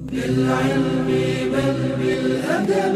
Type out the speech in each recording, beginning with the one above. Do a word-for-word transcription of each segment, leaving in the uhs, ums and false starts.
بالعلم بل بالأدب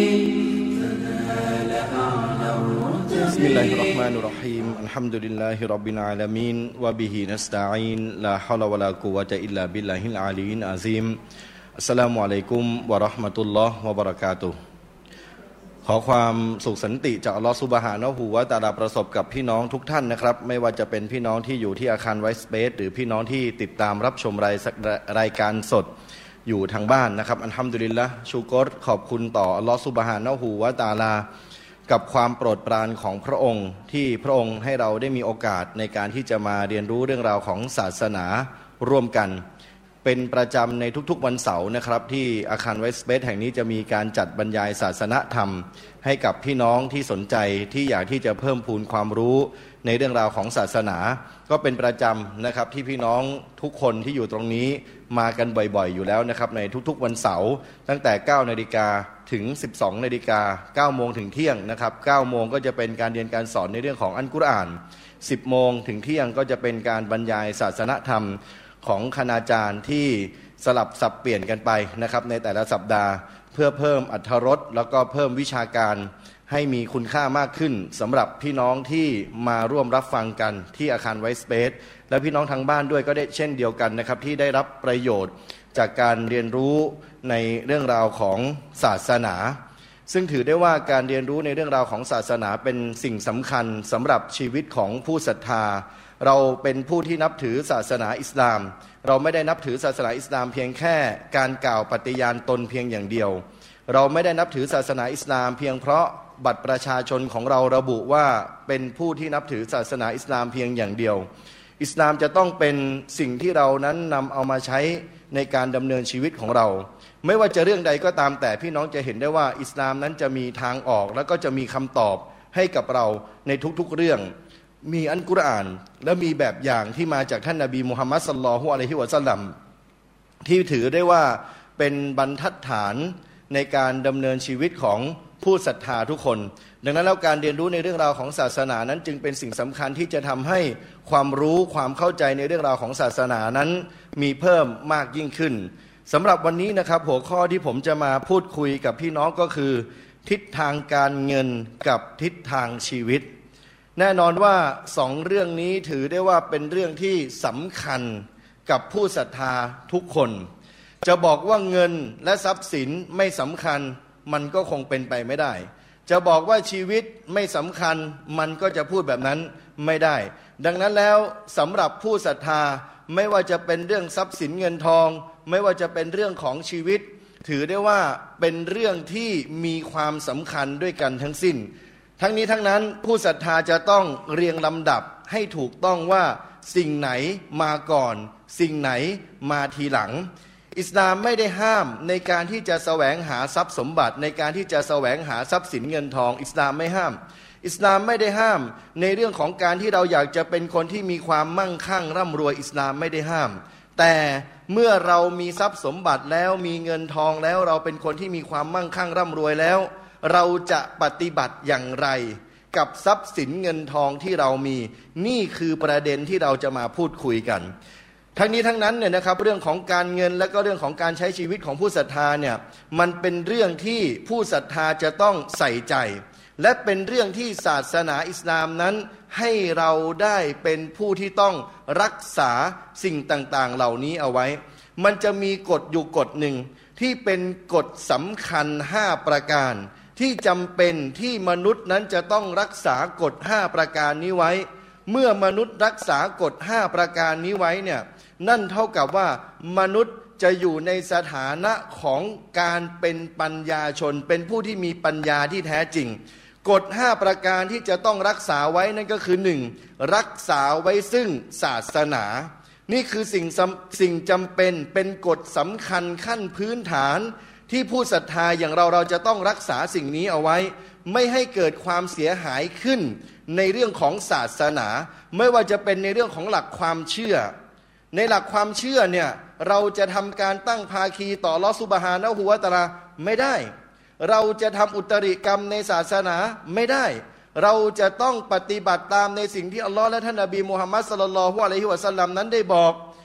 تنال أعلى الرتب بسم الله الرحمن الرحيم الحمد لله رب العالمين وبه نستعين لا حول ولا قوة إلا بالله العلي العظيم السلام عليكم ورحمة الله وبركاتهขอความสุขสันติจากอัลลอฮฺซุบฮานะฮูวะตะอาลาประสบกับพี่น้องทุกท่านนะครับไม่ว่าจะเป็นพี่น้องที่อยู่ที่อาคารไวท์สเปซหรือพี่น้องที่ติดตามรับชมรายรายการสดอยู่ทางบ้านนะครับอัลฮัมดุลิลละห์ชูกรขอบคุณต่ออัลลอฮฺซุบฮานะฮูวะตะอาลากับความโปรดปรานของพระองค์ที่พระองค์ให้เราได้มีโอกาสในการที่จะมาเรียนรู้เรื่องราวของศาสนาร่วมกันเป็นประจำในทุกๆวันเสาร์นะครับที่อาคารไวท์สเปซแห่งนี้จะมีการจัดบรรยายศาสนธรรมให้กับพี่น้องที่สนใจที่อยากที่จะเพิ่มพูนความรู้ในเรื่องราวของศาสนาก็เป็นประจำนะครับที่พี่น้องทุกคนที่อยู่ตรงนี้มากันบ่อยๆอยู่แล้วนะครับในทุกๆวันเสาร์ตั้งแต่ เก้านาฬิกา ถึง สิบสองนาฬิกา เก้าโมงถึงเที่ยงนะครับ เก้าโมงก็จะเป็นการเรียนการสอนในเรื่องของอัลกุรอาน สิบโมงถึงเที่ยงก็จะเป็นการบรรยายศาสนธรรมของคณาจารย์ที่สลับสับเปลี่ยนกันไปนะครับในแต่ละสัปดาห์เพื่อเพิ่มอรรถรสแล้วก็เพิ่มวิชาการให้มีคุณค่ามากขึ้นสำหรับพี่น้องที่มาร่วมรับฟังกันที่อาคารไวท์สเปซและพี่น้องทางบ้านด้วยก็ได้เช่นเดียวกันนะครับที่ได้รับประโยชน์จากการเรียนรู้ในเรื่องราวของศาสนาซึ่งถือได้ว่าการเรียนรู้ในเรื่องราวของศาสนาเป็นสิ่งสำคัญสำหรับชีวิตของผู้ศรัทธาเราเป็นผู้ที่นับถือศาสนาอิสลามเราไม่ได้นับถือศาสนาอิสลามเพียงแค่การกล่าวปฏิญาณตนเพียงอย่างเดียวเราไม่ได้นับถือศาสนาอิสลามเพียงเพราะบัตรประชาชนของเราระบุว่าเป็นผู้ที่นับถือศาสนาอิสลามเพียงอย่างเดียวอิสลามจะต้องเป็นสิ่งที่เรานั้นนำเอามาใช้ในการดำเนินชีวิตของเราไม่ว่าจะเรื่องใดก็ตามแต่พี่น้องจะเห็นได้ว่าอิสลามนั้นจะมีทางออกแล้วก็จะมีคำตอบให้กับเราในทุกๆเรื่องมีอัลกุรอานและมีแบบอย่างที่มาจากท่านนบีมุฮัมมัดศ็อลลัลลอฮุอะลัยฮิวะซัลลัมที่ถือได้ว่าเป็นบรรทัดฐานในการดำเนินชีวิตของผู้ศรัทธาทุกคนดังนั้นแล้วการเรียนรู้ในเรื่องราวของศาสนานั้นจึงเป็นสิ่งสำคัญที่จะทำให้ความรู้ความเข้าใจในเรื่องราวของศาสนานั้นมีเพิ่มมากยิ่งขึ้นสำหรับวันนี้นะครับหัวข้อที่ผมจะมาพูดคุยกับพี่น้องก็คือทิศทางการเงินกับทิศทางชีวิตแน่นอนว่าสองเรื่องนี้ถือได้ว่าเป็นเรื่องที่สำคัญกับผู้ศรัทธาทุกคนจะบอกว่าเงินและทรัพย์สินไม่สำคัญมันก็คงเป็นไปไม่ได้จะบอกว่าชีวิตไม่สำคัญมันก็จะพูดแบบนั้นไม่ได้ดังนั้นแล้วสำหรับผู้ศรัทธาไม่ว่าจะเป็นเรื่องทรัพย์สินเงินทองไม่ว่าจะเป็นเรื่องของชีวิตถือได้ว่าเป็นเรื่องที่มีความสำคัญด้วยกันทั้งสิ้นทั้งนี้ทั้งนั้นผู้ศรัทธาจะต้องเรียงลำดับให้ถูกต้องว่าสิ่งไหนมาก่อนสิ่งไหนมาทีหลังอิสลามไม่ได้ห้ามในการที่จะแสวงหาทรัพย์สมบัติในการที่จะแสวงหาทรัพย์สินเงินทองอิสลามไม่ห้ามอิสลามไม่ได้ห้ามในเรื่องของการที่เราอยากจะเป็นคนที่มีความมั่งคั่งร่ำรวยอิสลามไม่ได้ห้ามแต่เมื่อเรามีทรัพย์สมบัติแล้วมีเงินทองแล้วเราเป็นคนที่มีความมั่งคั่งร่ำรวยแล้วเราจะปฏิบัติอย่างไรกับทรัพย์สินเงินทองที่เรามีนี่คือประเด็นที่เราจะมาพูดคุยกันทั้งนี้ทั้งนั้นเนี่ยนะครับเรื่องของการเงินและก็เรื่องของการใช้ชีวิตของผู้ศรัทธาเนี่ยมันเป็นเรื่องที่ผู้ศรัทธาจะต้องใส่ใจและเป็นเรื่องที่ศาสนาอิสลามนั้นให้เราได้เป็นผู้ที่ต้องรักษาสิ่งต่างๆเหล่านี้เอาไว้มันจะมีกฎอยู่กฎหนึ่งที่เป็นกฎสำคัญห้าประการที่จำเป็นที่มนุษย์นั้นจะต้องรักษากฎห้าประการนี้ไว้เมื่อมนุษย์รักษากฎห้าประการนี้ไว้เนี่ยนั่นเท่ากับว่ามนุษย์จะอยู่ในสถานะของการเป็นปัญญาชนเป็นผู้ที่มีปัญญาที่แท้จริงกฎห้าประการที่จะต้องรักษาไว้นั่นก็คือหนึ่งรักษาไว้ซึ่งศาสนานี่คือสิ่งสิ่งจำเป็นเป็นกฎสำคัญขั้นพื้นฐานที่ผู้ศรัทธาอย่างเราเราจะต้องรักษาสิ่งนี้เอาไว้ไม่ให้เกิดความเสียหายขึ้นในเรื่องของศาสนาไม่ว่าจะเป็นในเรื่องของหลักความเชื่อในหลักความเชื่อเนี่ยเราจะทำการตั้งภาคีต่ออัลเลาะห์ซุบฮานะฮูวะตะอาลาไม่ได้เราจะทำอุตริกรรมในศาสนาไม่ได้เราจะต้องปฏิบัติตามในสิ่งที่อัลลอฮ์และท่านนบีมุฮัมมัดศ็อลลัลลอฮุอะลัยฮิวะซัลลัมนั้นได้บอก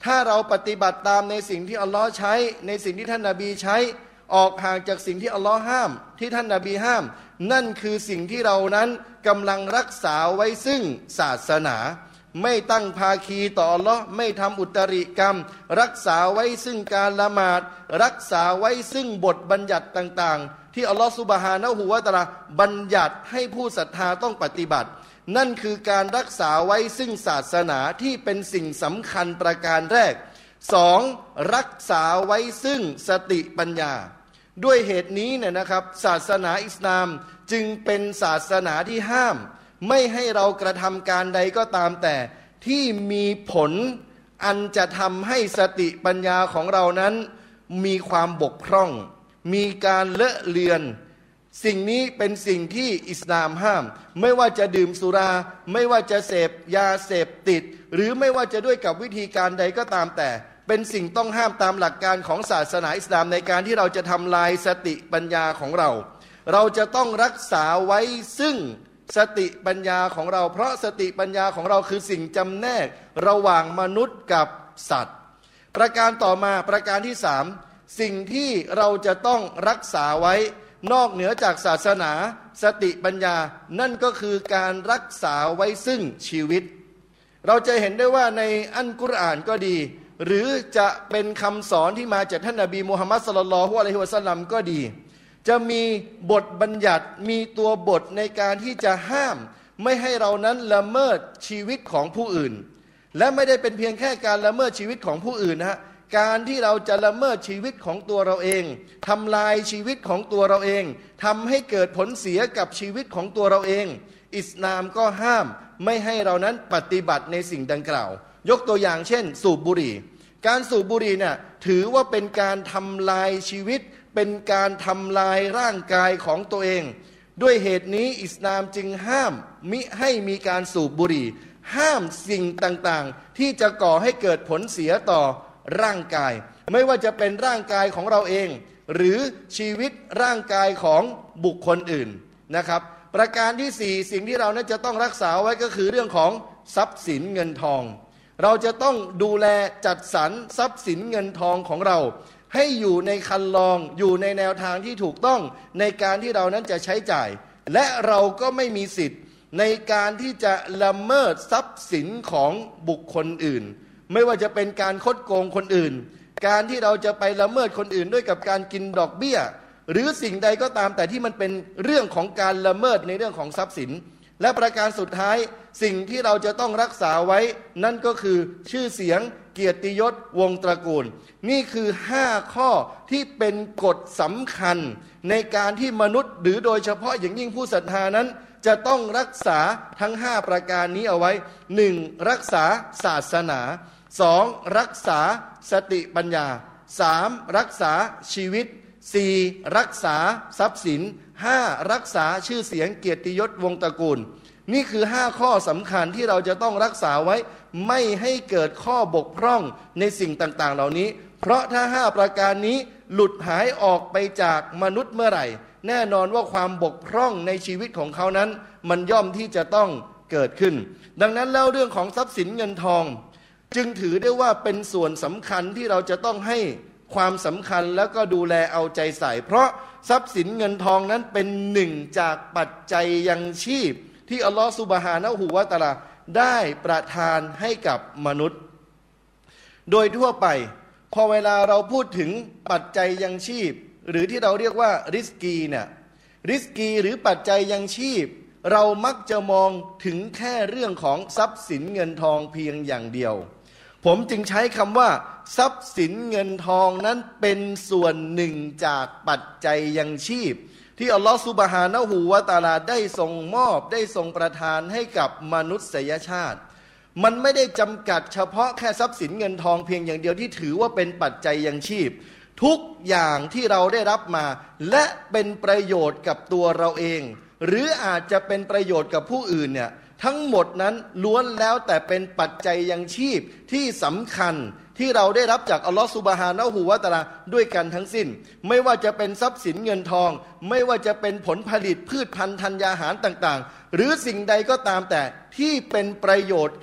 ถ้าเราปฏิบัติตามในสิ่งที่อัลลอฮ์ใช้ในสิ่งที่ท่านนบีใช้ออกห่างจากสิ่งที่อัลลอฮ์ห้ามที่ท่านนบีห้ามนั่นคือสิ่งที่เรานั้นกำลังรักษาไว้ซึ่งศาสนาไม่ตั้งภาคีต่ออัลลอฮ์ไม่ทำอุตริกรรมรักษาไว้ซึ่งการละหมาดรักษาไว้ซึ่งบทบัญญัติต่างๆที่อัลลอฮ์ซุบฮานะฮูวะตะอาลาบัญญัติให้ผู้ศรัทธาต้องปฏิบัตินั่นคือการรักษาไว้ซึ่งศาสนาที่เป็นสิ่งสำคัญประการแรกสองรักษาไว้ซึ่งสติปัญญาด้วยเหตุนี้เนี่ยนะครับศาสนาอิสลามจึงเป็นศาสนาที่ห้ามไม่ให้เรากระทำการใดก็ตามแต่ที่มีผลอันจะทำให้สติปัญญาของเรานั้นมีความบกพร่องมีการเลอะเลือนสิ่งนี้เป็นสิ่งที่อิสลามห้ามไม่ว่าจะดื่มสุราไม่ว่าจะเสพยาเสพติดหรือไม่ว่าจะด้วยกับวิธีการใดก็ตามแต่เป็นสิ่งต้องห้ามตามหลักการของศาสนาอิสลามในการที่เราจะทำลายสติปัญญาของเราเราจะต้องรักษาไว้ซึ่งสติปัญญาของเราเพราะสติปัญญาของเราคือสิ่งจำแนกระหว่างมนุษย์กับสัตว์ประการต่อมาประการที่สามสิ่งที่เราจะต้องรักษาไว้นอกเหนือจากศาสนาสติปัญญานั่นก็คือการรักษาไว้ซึ่งชีวิตเราจะเห็นได้ว่าในอัลกุรอานก็ดีหรือจะเป็นคำสอนที่มาจากท่านนบีมุฮัมมัดศ็อลลัลลอฮุอะลัยฮิวะซัลลัมก็ดีจะมีบทบัญญัติมีตัวบทในการที่จะห้ามไม่ให้เรานั้นละเมิดชีวิตของผู้อื่นและไม่ได้เป็นเพียงแค่การละเมิดชีวิตของผู้อื่นนะฮะการที่เราจะละเมิดชีวิตของตัวเราเองทำลายชีวิตของตัวเราเองทำให้เกิดผลเสียกับชีวิตของตัวเราเองอิสลามก็ห้ามไม่ให้เรานั้นปฏิบัติในสิ่งดังกล่าวยกตัวอย่างเช่นสูบบุหรี่การสูบบุหรี่เนี่ยถือว่าเป็นการทำลายชีวิตเป็นการทำลายร่างกายของตัวเองด้วยเหตุนี้อิสลามจึงห้ามมิให้มีการสูบบุหรี่ห้ามสิ่งต่างๆที่จะก่อให้เกิดผลเสียต่อร่างกายไม่ว่าจะเป็นร่างกายของเราเองหรือชีวิตร่างกายของบุคคลอื่นนะครับประการที่สี่สิ่งที่เรานั้นจะต้องรักษาไว้ก็คือเรื่องของทรัพย์สินเงินทองเราจะต้องดูแลจัดสรรทรัพย์สินเงินทองของเราให้อยู่ในคันลองอยู่ในแนวทางที่ถูกต้องในการที่เรานั้นจะใช้จ่ายและเราก็ไม่มีสิทธิ์ในการที่จะละเมิดทรัพย์สินของบุคคลอื่นไม่ว่าจะเป็นการคดโกงคนอื่นการที่เราจะไปละเมิดคนอื่นด้วยกับการกินดอกเบี้ยหรือสิ่งใดก็ตามแต่ที่มันเป็นเรื่องของการละเมิดในเรื่องของทรัพย์สินและประการสุดท้ายสิ่งที่เราจะต้องรักษาไว้นั่นก็คือชื่อเสียงเกียรติยศวงศ์ตระกูลนี่คือห้าข้อที่เป็นกฎสำคัญในการที่มนุษย์หรือโดยเฉพาะอย่างยิ่งผู้ศรัทธานั้นจะต้องรักษาทั้งห้าประการนี้เอาไว้หนึ่งรักษาศาสนาสองรักษาสติปัญญาสามรักษาชีวิตสี่รักษาทรัพย์สินห้ารักษาชื่อเสียงเกียรติยศวงศ์ตระกูลนี่คือห้าข้อสำคัญที่เราจะต้องรักษาไว้ไม่ให้เกิดข้อบกพร่องในสิ่งต่างๆเหล่านี้เพราะถ้าห้าประการนี้หลุดหายออกไปจากมนุษย์เมื่อไหร่แน่นอนว่าความบกพร่องในชีวิตของเขานั้นมันย่อมที่จะต้องเกิดขึ้นดังนั้นแล้วเรื่องของทรัพย์สินเงินทองจึงถือได้ว่าเป็นส่วนสำคัญที่เราจะต้องให้ความสำคัญแล้วก็ดูแลเอาใจใส่เพราะทรัพย์สินเงินทองนั้นเป็นหนึ่งจากปัจจัยยังชีพที่อัลลอฮฺซุบฮานะฮูวะตะอาลาได้ประทานให้กับมนุษย์โดยทั่วไปพอเวลาเราพูดถึงปัจจัยยังชีพหรือที่เราเรียกว่าริสกีเนี่ยริสกีหรือปัจจัยยังชีพเรามักจะมองถึงแค่เรื่องของทรัพย์สินเงินทองเพียงอย่างเดียวผมจึงใช้คำว่าทรัพย์สินเงินทองนั้นเป็นส่วนหนึ่งจากปัจจัยยังชีพที่อัลลอฮฺซุบฮานะฮูวะตะอาลาได้ทรงมอบได้ทรงประทานให้กับมนุษยชาติมันไม่ได้จำกัดเฉพาะแค่ทรัพย์สินเงินทองเพียงอย่างเดียวที่ถือว่าเป็นปัจจัยยังชีพทุกอย่างที่เราได้รับมาและเป็นประโยชน์กับตัวเราเองหรืออาจจะเป็นประโยชน์กับผู้อื่นเนี่ยทั้งหมดนั้นล้วนแล้วแต่เป็นปัจจัยยังชีพที่สำคัญที่เราได้รับจากอัลลอฮฺซุบฮานะฮูวะตะอาลาด้วยกันทั้งสิ้นไม่ว่าจะเป็นทรัพย์สินเงินทองไม่ว่าจะเป็นผลผลิตพืชพันธุ์ธัญญาหารต่างๆหรือสิ่งใดก็ตามแต่ที่เป็นประโยชน์กับ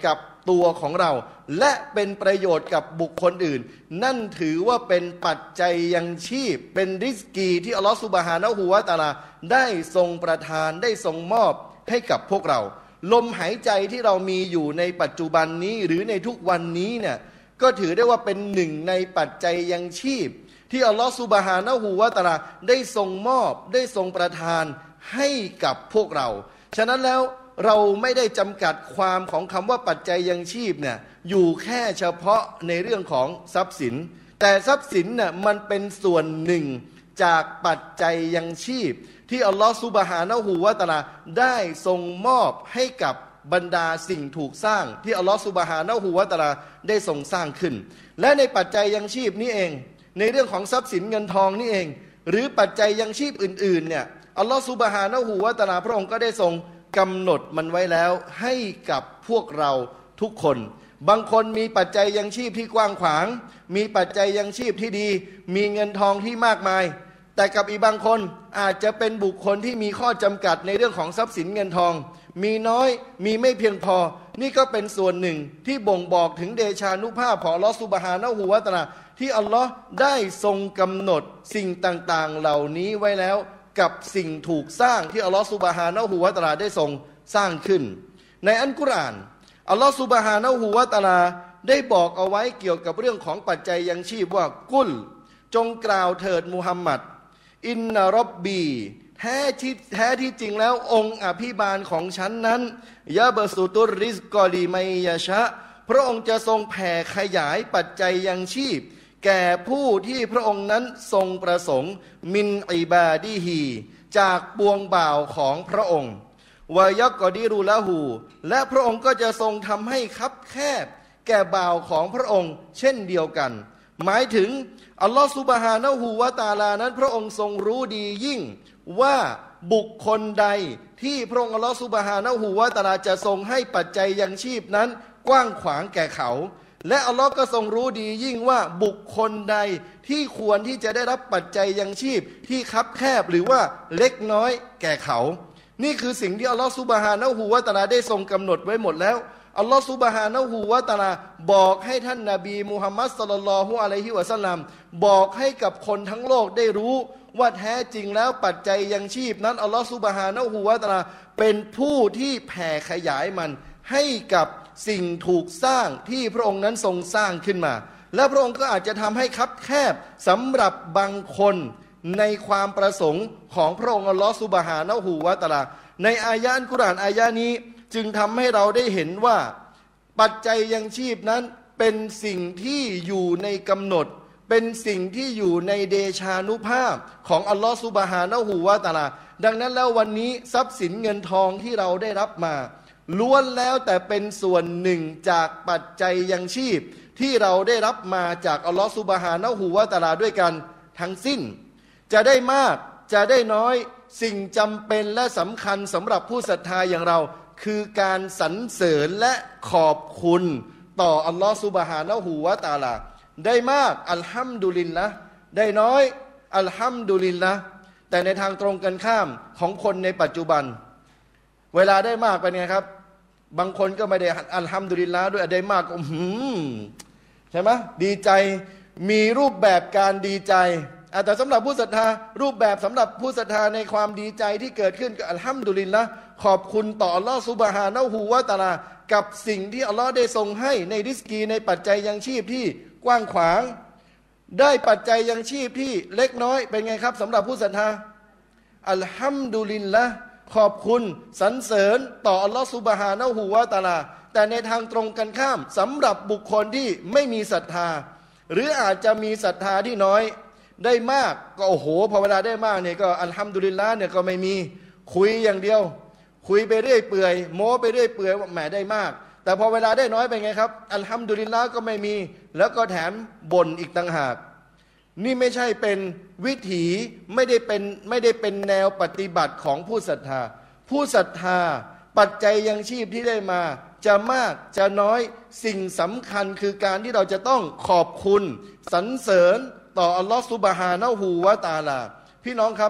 ตัวของเราและเป็นประโยชน์กับบุคคลอื่นนั่นถือว่าเป็นปัจจัยยังชีพเป็นริสกีที่อัลลอฮฺซุบฮานะฮูวะตะอาลาได้ทรงประทานได้ทรงมอบให้กับพวกเราลมหายใจที่เรามีอยู่ในปัจจุบันนี้หรือในทุกวันนี้เนี่ยก็ถือได้ว่าเป็นหนึ่งในปัจจัยยังชีพที่อัลลอฮฺซุบฮานะฮูวะตะอาลาได้ทรงมอบได้ทรงประทานให้กับพวกเราฉะนั้นแล้วเราไม่ได้จำกัดความของคำว่าปัจจัยยังชีพเนี่ยอยู่แค่เฉพาะในเรื่องของทรัพย์สินแต่ทรัพย์สินเนี่ยมันเป็นส่วนหนึ่งจากปัจจัยยังชีพที่อัลลอฮฺซุบฮานะฮูวะตะอาลาได้ทรงมอบให้กับบรรดาสิ่งถูกสร้างที่อัลลอฮฺซุบฮานะฮูวะตะอาลาได้ทรงสร้างขึ้นและในปัจจัยยังชีพนี้เองในเรื่องของทรัพย์สินเงินทองนี่เองหรือปัจจัยยังชีพอื่นๆเนี่ยอัลลอฮฺซุบฮานะฮูวะตะอาลาพระองค์ก็ได้ทรงกำหนดมันไว้แล้วให้กับพวกเราทุกคนบางคนมีปัจจัยยังชีพที่กว้างขวางมีปัจจัยยังชีพที่ดีมีเงินทองที่มากมายแต่กับอีกบางคนอาจจะเป็นบุคคลที่มีข้อจำกัดในเรื่องของทรัพย์สินเงินทองมีน้อยมีไม่เพียงพอนี่ก็เป็นส่วนหนึ่งที่บ่งบอกถึงเดชานุภาพของอัลลอฮฺซุบฮานะฮูวะตะอาลาที่อัลลอฮ์ได้ทรงกำหนดสิ่งต่างๆเหล่านี้ไว้แล้วกับสิ่งถูกสร้างที่อัลลอฮฺซุบฮานะฮูวะตะอาลาได้ทรงสร้างขึ้นในอัลกุรอานอัลลอฮฺซุบฮานะฮูวะตะอาลาได้บอกเอาไว้เกี่ยวกับเรื่องของปัจจัยยังชีพว่ากุลจงกล่าวเถิดมุฮัมมัดอินนะร็อบบีแท้ที่แท้ที่จริงแล้วองค์อภิบาลของฉันนั้นยะบสุตุรริซกอลีมัยยะชะพระองค์จะทรงแผ่ขยายปัจจัยยังชีพแก่ผู้ที่พระองค์นั้นทรงประสงค์มินอิบาดีฮีจากปวงบ่าวของพระองค์วายักกอดีรูละหูและพระองค์ก็จะทรงทำให้คับแคบแก่บ่าวของพระองค์เช่นเดียวกันหมายถึงอัลลอฮฺซุบฮานะฮูวะตะอาลานั้นพระองค์ทรงรู้ดียิ่งว่าบุคคลใดที่พระองค์อัลลอฮฺซุบฮานะฮูวะตะอาลาจะทรงให้ปัจจัยยังชีพนั้นกว้างขวางแก่เขาและอัลลอฮ์ก็ทรงรู้ดียิ่งว่าบุคคลใดที่ควรที่จะได้รับปัจจัยยังชีพที่คับแคบหรือว่าเล็กน้อยแก่เขานี่คือสิ่งที่อัลลอฮ์ซุบฮานะฮูวะตะอาลาได้ทรงกำหนดไว้หมดแล้วอัลลอฮ์ซุบฮานะฮูวะตะอาลาบอกให้ท่านนบีมุฮัมมัดศ็อลลัลลอฮุอะลัยฮิวะซัลลัมบอกให้กับคนทั้งโลกได้รู้ว่าแท้จริงแล้วปัจจัยยังชีพนั้นอัลลอฮ์ซุบฮานะฮูวะตะอาลาเป็นผู้ที่แผ่ขยายมันให้กับสิ่งถูกสร้างที่พระองค์นั้นทรงสร้างขึ้นมาและพระองค์ก็อาจจะทำให้คับแคบสำหรับบางคนในความประสงค์ของพระองค์อัลลอฮฺซุบฮานะฮูวะตะอาลาในอายะอัลกุรอานอายะนี้จึงทำให้เราได้เห็นว่าปัจจัยยังชีพนั้นเป็นสิ่งที่อยู่ในกำหนดเป็นสิ่งที่อยู่ในเดชานุภาพของอัลลอฮฺซุบฮานะฮูวะตะอาลาดังนั้นแล้ววันนี้ทรัพย์สินเงินทองที่เราได้รับมาล้วนแล้วแต่เป็นส่วนหนึ่งจากปัจจัยยังชีพที่เราได้รับมาจากอัลลอฮฺซุบฮานะฮูวะตะอาลาด้วยกันทั้งสิ้นจะได้มากจะได้น้อยสิ่งจำเป็นและสำคัญสำหรับผู้ศรัทธาอย่างเราคือการสรรเสริญและขอบคุณต่ออัลลอฮฺซุบฮานะฮูวะตะอาลาได้มากอัลฮัมดุลิลละห์ได้น้อยอัลฮัมดุลิลละห์แต่ในทางตรงกันข้ามของคนในปัจจุบันเวลาได้มากเป็นไงครับบางคนก็ไม่ได้อัลฮัมดุลิลละห์ด้วยได้มากก็หืมใช่ไหมดีใจมีรูปแบบการดีใจแต่สำหรับผู้ศรัทธารูปแบบสำหรับผู้ศรัทธาในความดีใจที่เกิดขึ้นก็อัลฮัมดุลิลละห์ขอบคุณต่ออัลลอฮฺซุบฮานะฮูวะตะอาลากับสิ่งที่อัลลอฮฺได้ทรงให้ในริสกีในปัจจัยยังชีพที่กว้างขวางได้ปัจจัยยังชีพที่เล็กน้อยเป็นไงครับสำหรับผู้ศรัทธาอัลฮัมดุลิลละห์ขอบคุณสรรเสริญต่ออัลลอฮฺซุบฮานะฮูวะตะอาลาแต่ในทางตรงกันข้ามสำหรับบุคคลที่ไม่มีศรัทธาหรืออาจจะมีศรัทธาที่น้อยได้มากก็โอ้โหพอเวลาได้มากเนี่ยก็อัลฮัมดุลิลละห์เนี่ยก็ไม่มีคุยอย่างเดียวคุยไปเรื่อยเปื่อยโม้ไปเรื่อยเปื่อยว่าแหมได้มากแต่พอเวลาได้น้อยเป็นไงครับอัลฮัมดุลิลละห์ก็ไม่มีแล้วก็แถมบ่นอีกต่างหากนี่ไม่ใช่เป็นวิถีไม่ได้เป็นไม่ได้เป็นแนวปฏิบัติของผู้ศรัทธาผู้ศรัทธาปัจจัยยังชีพที่ได้มาจะมากจะน้อยสิ่งสำคัญคือการที่เราจะต้องขอบคุณสรรเสริญต่ออัลลอฮฺซุบฮานะฮูวะตะอาลาพี่น้องครับ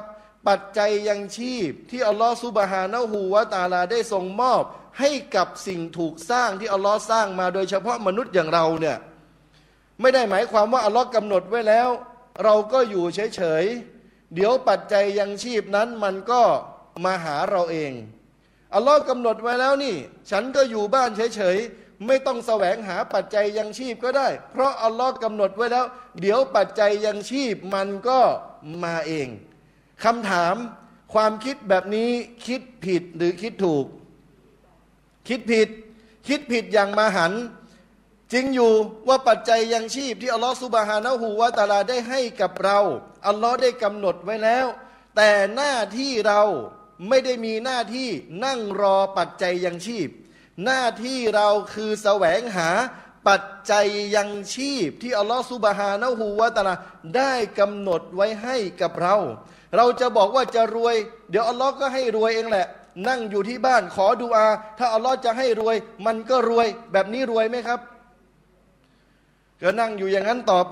ปัจจัยยังชีพที่อัลลอฮฺซุบฮานะฮูวะตะอาลาได้ทรงมอบให้กับสิ่งถูกสร้างที่อัลลอฮฺสร้างมาโดยเฉพาะมนุษย์อย่างเราเนี่ยไม่ได้หมายความว่าอัลลอฮฺกำหนดไว้แล้วเราก็อยู่เฉยๆเดี๋ยวปัจจัยยังชีพนั้นมันก็มาหาเราเองอัลลอฮฺกำหนดไว้แล้วนี่ฉันก็อยู่บ้านเฉยๆไม่ต้องแสวงหาปัจจัยยังชีพก็ได้เพราะอัลลอฮฺกำหนดไว้แล้วเดี๋ยวปัจจัยยังชีพมันก็มาเองคำถามความคิดแบบนี้คิดผิดหรือคิดถูกคิดผิดคิดผิดอย่างมหันต์จริงอยู่ว่าปัจจัยยังชีพที่อัลลอฮฺซุบฮานะฮูวะตะอาลาได้ให้กับเราอัลลอฮฺได้กำหนดไว้แล้วแต่หน้าที่เราไม่ได้มีหน้าที่นั่งรอปัจจัยยังชีพหน้าที่เราคือแสวงหาปัจจัยยังชีพที่อัลลอฮฺซุบฮานะฮูวะตะอาลาได้กำหนดไว้ให้กับเราเราจะบอกว่าจะรวยเดี๋ยวอัลลอฮ์ก็ให้รวยเองแหละนั่งอยู่ที่บ้านขอดุอาถ้าอัลลอฮ์จะให้รวยมันก็รวยแบบนี้รวยไหมครับก็นั่งอยู่อย่างนั้นต่อไป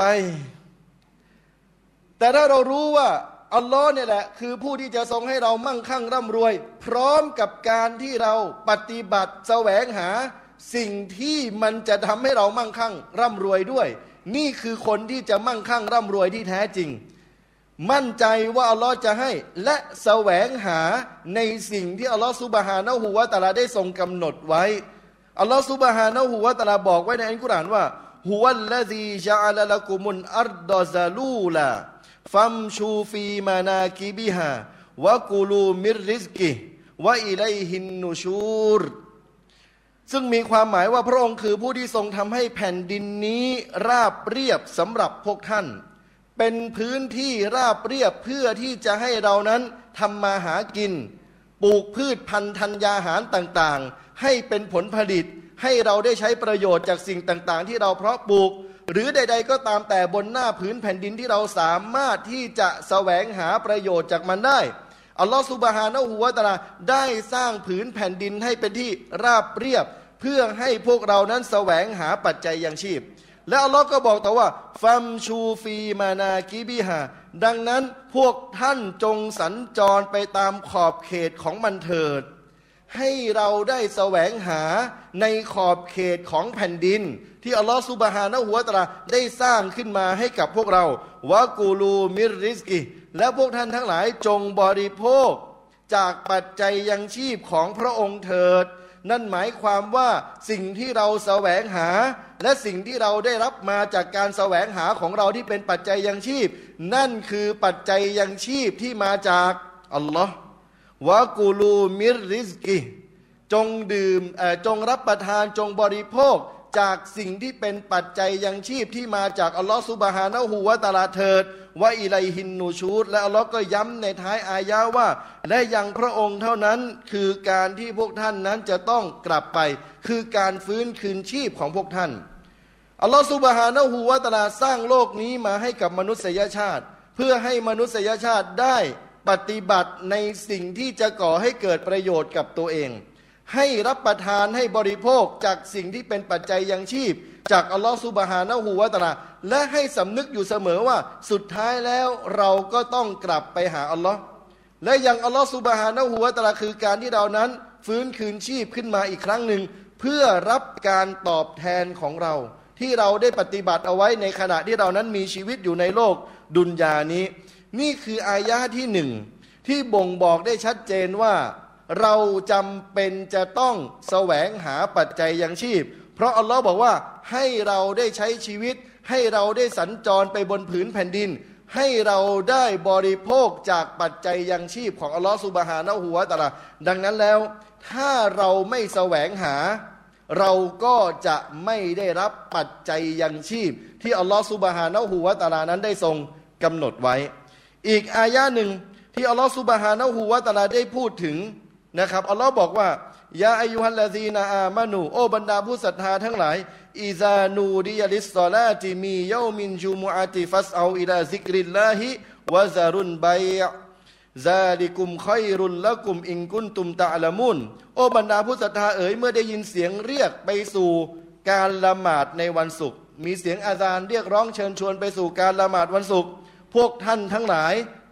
แต่ถ้าเรารู้ว่าอัลลอฮ์เนี่ยแหละคือผู้ที่จะทรงให้เรามั่งคั่งร่ำรวยพร้อมกับการที่เราปฏิบัติแสวงหาสิ่งที่มันจะทำให้เรามั่งคั่งร่ำรวยด้วยนี่คือคนที่จะมั่งคั่งร่ำรวยที่แท้จริงมั่นใจว่าอัลลอฮ์จะให้และแสวงหาในสิ่งที่อัลลอฮ์ซุบฮานะฮูวะตะอาลาได้ทรงกำหนดไว้อัลลอฮ์ซุบฮานะฮูวะตะอาลาบอกไว้ในอัลกุรอานว่าฮุวัลลซีญะอะละละกุมุลอัรฎอซะลูลาฟัมชูฟีมานากิบิฮาวะกุลูมิรริซกิวะอิลัยฮินนูชูรซึ่งมีความหมายว่าพระองค์คือผู้ที่ทรงทำให้แผ่นดินนี้ราบเรียบสำหรับพวกท่านเป็นพื้นที่ราบเรียบเพื่อที่จะให้เรานั้นทำมาหากินปลูกพืชพันธุ์ธัญญาหารต่างๆให้เป็นผลผลิตให้เราได้ใช้ประโยชน์จากสิ่งต่างๆที่เราเพาะปลูกหรือใดๆก็ตามแต่บนหน้าพื้นแผ่นดินที่เราสามารถที่จะแสวงหาประโยชน์จากมันได้อัลลอฮฺซุบฮานะฮูวะตะอาลาได้สร้างผืนแผ่นดินให้เป็นที่ราบเรียบเพื่อให้พวกเรานั้นแสวงหาปัจจัยยังชีพและอัลลอฮ์ก็บอกต่อว่าฟัมชูฟีมานากิบิฮาดังนั้นพวกท่านจงสัญจรไปตามขอบเขตของมันเถิดให้เราได้แสวงหาในขอบเขตของแผ่นดินที่อัลลอฮ์ซุบฮานะฮูวะตะอาลาได้สร้างขึ้นมาให้กับพวกเราวะกูลูมิรริซกิและพวกท่านทั้งหลายจงบริโภคจากปัจจัยยังชีพของพระองค์เถิดนั่นหมายความว่าสิ่งที่เราแสวงหาและสิ่งที่เราได้รับมาจากการแสวงหาของเราที่เป็นปัจจัยยังชีพนั่นคือปัจจัยยังชีพที่มาจากอัลลอฮ์วะกูลูมิรริซกิจงดื่มจงรับประทานจงบริโภคจากสิ่งที่เป็นปัจจัยยังชีพที่มาจากอัลลอฮ์ซุบฮานะฮูวะตะอาลาเถิดวะอิลัยฮินนูชูรและอัลลอฮ์ก็ย้ำในท้ายอายะห์ว่าและยังพระองค์เท่านั้นคือการที่พวกท่านนั้นจะต้องกลับไปคือการฟื้นคืนชีพของพวกท่านอัลลอฮ์ซุบฮานะฮูวะตะอาลาสร้างโลกนี้มาให้กับมนุษยชาติเพื่อให้มนุษยชาติได้ปฏิบัติในสิ่งที่จะก่อให้เกิดประโยชน์กับตัวเองให้รับประทานให้บริโภคจากสิ่งที่เป็นปัจจัยยังชีพจากอัลลอฮฺซุบฮานะฮูวะตะอาลาและให้สำนึกอยู่เสมอว่าสุดท้ายแล้วเราก็ต้องกลับไปหาอัลลอฮ์และยังอัลลอฮฺซุบฮานะฮูวะตะอาลาคือการที่เรานั้นฟื้นคืนชีพขึ้นมาอีกครั้งหนึ่งเพื่อรับการตอบแทนของเราที่เราได้ปฏิบัติเอาไว้ในขณะที่เรานั้นมีชีวิตอยู่ในโลกดุนยานี้นี่คืออายะห์ที่หนึ่งที่บ่งบอกได้ชัดเจนว่าเราจำเป็นจะต้องแสวงหาปัจจัยยังชีพเพราะอัลลอฮ์บอกว่าให้เราได้ใช้ชีวิตให้เราได้สัญจรไปบนผืนแผ่นดินให้เราได้บริโภคจากปัจจัยยังชีพของอัลลอฮ์ซุบฮานะฮูวะตะอาลาดังนั้นแล้วถ้าเราไม่แสวงหาเราก็จะไม่ได้รับปัจจัยยังชีพที่อัลลอฮ์ซุบฮานะฮูวะตะอาลานั้นได้ทรงกำหนดไว้อีกอายะห์หนึ่งที่อัลลอฮ์ซุบฮานะฮูวะตะอาลาได้พูดถึงนะครับอัลลอฮ์บอกว่ายาอายุฮัลลาซีนาอามานูโอบรรดาผู้ศรัทธาทั้งหลายอิซานูดิยลิสซอลาติมีเยามินจุมุอาติฟัสเอาอิลาซิกริลลาฮิวะซารุนบัยซาลิกุมค็อยรุลละกุมอินกุนตุมตะอะละมุนโอบรรดาผู้ศรัทธาเอ๋ยเมื่อได้ยินเสียงเรียกไปสู่การละหมาดในวันศุกร์มีเสียงอาซานเรียกร้องเชิญชวนไปสู่การละหมาดวันศุกร์พวกท่านทั้งหลาย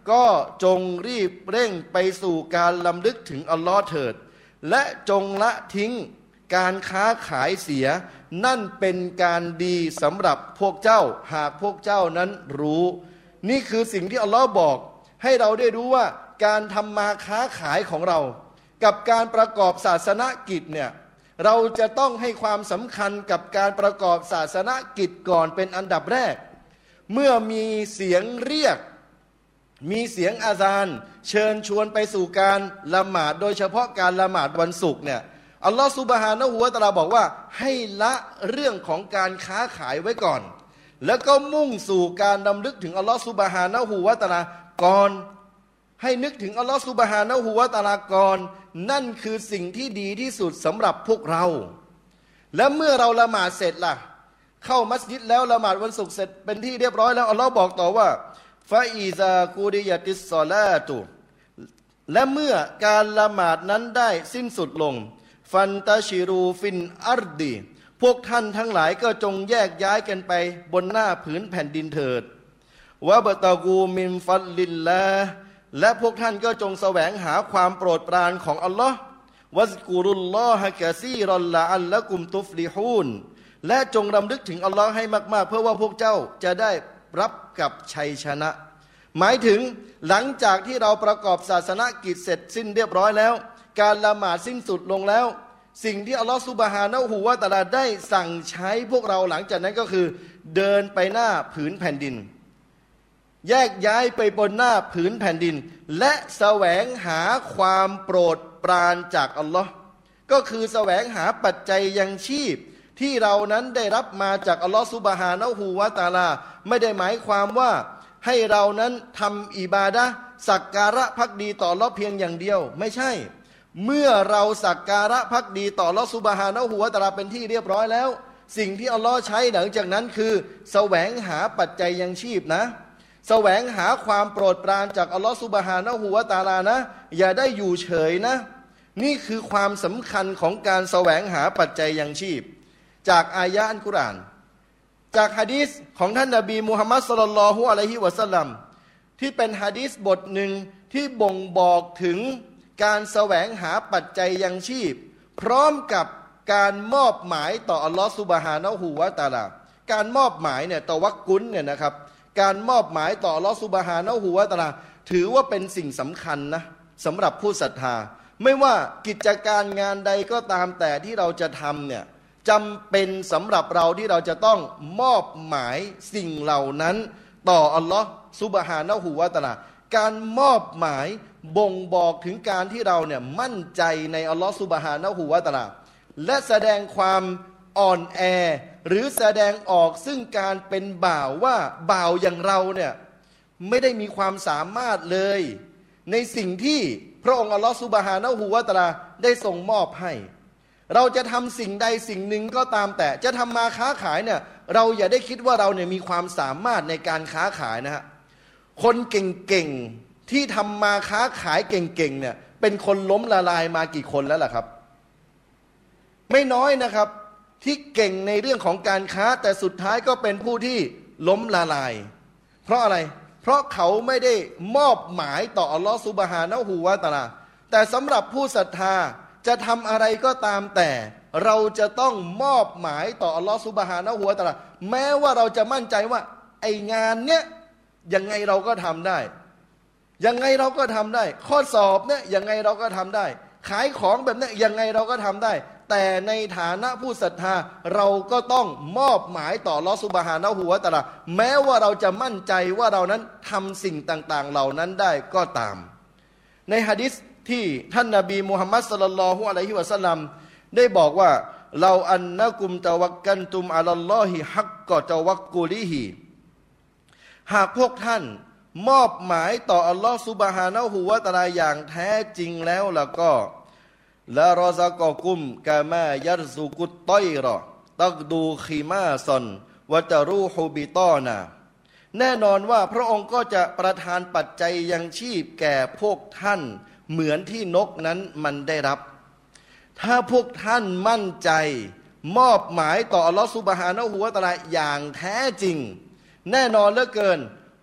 ก็จงรีบเร่งไปสู่การลำลึกถึงอัลลอฮ์เถิดและจงละทิ้งการค้าขายเสียนั่นเป็นการดีสำหรับพวกเจ้าหากพวกเจ้านั้นรู้นี่คือสิ่งที่อัลลอฮ์บอกให้เราได้รู้ว่าการทำมาค้าขายของเรากับการประกอบศาสนกิจเนี่ยเราจะต้องให้ความสำคัญกับการประกอบศาสนกิจก่อนเป็นอันดับแรกเมื่อมีเสียงเรียกมีเสียงอาซานเชิญชวนไปสู่การละหมาดโดยเฉพาะการละหมาดวันศุกร์เนี่ยอัลลอฮฺซุบฮานะฮูวะตะอาลาบอกว่าให้ละเรื่องของการค้าขายไว้ก่อนแล้วก็มุ่งสู่การดำลึกถึงอัลลอฮฺซุบฮานะฮูวะตะอาลาก่อนให้นึกถึงอัลลอฮฺซุบฮานะฮูวะตะอาลาก่อนนั่นคือสิ่งที่ดีที่สุดสำหรับพวกเราและเมื่อเราละหมาดเสร็จล่ะเข้ามัสยิดแล้วละหมาดวันศุกร์เสร็จเป็นที่เรียบร้อยแล้วอัลลอฮ์บอกต่อว่าฟาอิซากูดิยะติสซอลาตุและเมื่อการละหมาดนั้นได้สิ้นสุดลงฟันตาชิรูฟินอัรดีพวกท่านทั้งหลายก็จงแยกย้ายกันไปบนหน้าผืนแผ่นดินเถิดวะบะตะกูมินฟัลลิลลาและพวกท่านก็จงแสวงหาความโปรดปรานของอัลลอฮ์วัซกุรุลลอฮะกะซีรอลละอัลละกุมตุฟลิฮูนและจงรำลึกถึงอัลลอฮ์ให้มากๆเพื่อว่าพวกเจ้าจะได้รับกับชัยชนะหมายถึงหลังจากที่เราประกอบศาสนกิจเสร็จสิ้นเรียบร้อยแล้วการละหมาดสิ้นสุดลงแล้วสิ่งที่อัลลอฮฺซุบฮานะฮูวะตะอาลาได้สั่งใช้พวกเราหลังจากนั้นก็คือเดินไปหน้าผืนแผ่นดินแยกย้ายไปบนหน้าผืนแผ่นดินและแสวงหาความโปรดปรานจากอัลลอฮ์ก็คือแสวงหาปัจจัยยังชีพที่เรานั้นได้รับมาจากอัลลอฮฺซุบฮานะฮูวะตะอาลาไม่ได้หมายความว่าให้เรานั้นทำอิบาดะห์สักการะภักดีต่ออัลลอฮ์เพียงอย่างเดียวไม่ใช่เมื่อเราสักการะภักดีต่ออัลลอฮ์ซุบฮานะฮูวะตะอาลาเป็นที่เรียบร้อยแล้วสิ่งที่อัลลอฮ์ใช้หลังจากนั้นคือแสวงหาปัจจัยยังชีพนะแสวงหาความโปรดปรานจากอัลลอฮ์ซุบฮานะฮูวะตะอาลานะอย่าได้อยู่เฉยนะนี่คือความสำคัญของการแสวงหาปัจจัยยังชีพจากอายะห์อัลกุรอานจากหะดีษของท่านนบีมุฮัมมัดศ็อลลัลลอฮุอะลัยฮิวะซัลลัมที่เป็นหะดีษบทหนึ่งที่บ่งบอกถึงการแสวงหาปัจจัยยังชีพพร้อมกับการมอบหมายต่ออัลลอฮฺซุบฮานะฮูวะตะอาลาการมอบหมายเนี่ยตะวักกุลเนี่ยนะครับการมอบหมายต่ออัลลอฮฺซุบฮานะฮูวะตะอาลาถือว่าเป็นสิ่งสำคัญนะสำหรับผู้ศรัทธาไม่ว่ากิจการงานใดก็ตามแต่ที่เราจะทำเนี่ยจำเป็นสำหรับเราที่เราจะต้องมอบหมายสิ่งเหล่านั้นต่ออัลลอฮฺซุบฮานะฮูวะตะอาลาการมอบหมายบ่งบอกถึงการที่เราเนี่ยมั่นใจในอัลลอฮฺซุบฮานะฮูวะตะอาลาและแสดงความอ่อนแอหรือแสดงออกซึ่งการเป็นบ่าวว่าบ่าวอย่างเราเนี่ยไม่ได้มีความสามารถเลยในสิ่งที่พระองค์อัลลอฮฺซุบฮานะฮูวะตะอาลาได้ทรงมอบให้เราจะทำสิ่งใดสิ่งหนึ่งก็ตามแต่จะทำมาค้าขายเนี่ยเราอย่าได้คิดว่าเราเนี่ยมีความสามารถในการค้าขายนะฮะคนเก่งๆที่ทำมาค้าขายเก่งๆเนี่ยเป็นคนล้มละลายมากี่คนแล้วล่ะครับไม่น้อยนะครับที่เก่งในเรื่องของการค้าแต่สุดท้ายก็เป็นผู้ที่ล้มละลายเพราะอะไรเพราะเขาไม่ได้มอบหมายต่ออัลลอฮฺซุบฮานะฮูวะตะอาลาแต่สำหรับผู้ศรัทธาจะทำอะไรก็ตามแต่เราจะต้องมอบหมายต่ออัลลอฮฺซุบฮานะฮูวะตะอาลาแม้ว่าเราจะมั่นใจว่าไองานเนี้ยยังไงเราก็ทำได้ยังไงเราก็ทำได้ข้อสอบเนี่ยยังไงเราก็ทำได้ขายของแบบนี้ยังไงเราก็ทำได้แต่ในฐานะผู้ศรัทธาเราก็ต้องมอบหมายต่ออัลลอฮฺซุบฮานะฮูวะตะอาลาแม้ว่าเราจะมั่นใจว่าเรานั้นทำสิ่งต่างๆเหล่านั้นได้ก็ตามในหะดีษที่ท่านนบีมุฮัมมัดศ็อลลัลลอฮุอะลัยฮิวะซัลลัมได้บอกว่าเราอันนะกุมตะวักกันตุมอะลัลลอฮิฮักกะตะวักกุลิฮิหากพวกท่านมอบหมายต่ออัลลอฮฺซุบฮานะฮูวะตะอาลาอย่างแท้จริงแล้วล่ะก็ละรอซะกอกุมกะมายัรซุกุตฏอยรอตักดูคีมาซันวะตะรูฮุบิตอนาแน่นอนว่าพระองค์ก็จะประทานปัจจัยยังชีพแก่พวกท่านเหมือนที่นกนั้นมันได้รับถ้าพวกท่านมั่นใจมอบหมายต่ออัลลอฮฺซุบฮานะฮูวะตะอาลาอย่างแท้จริงแน่นอนเหลือเกิน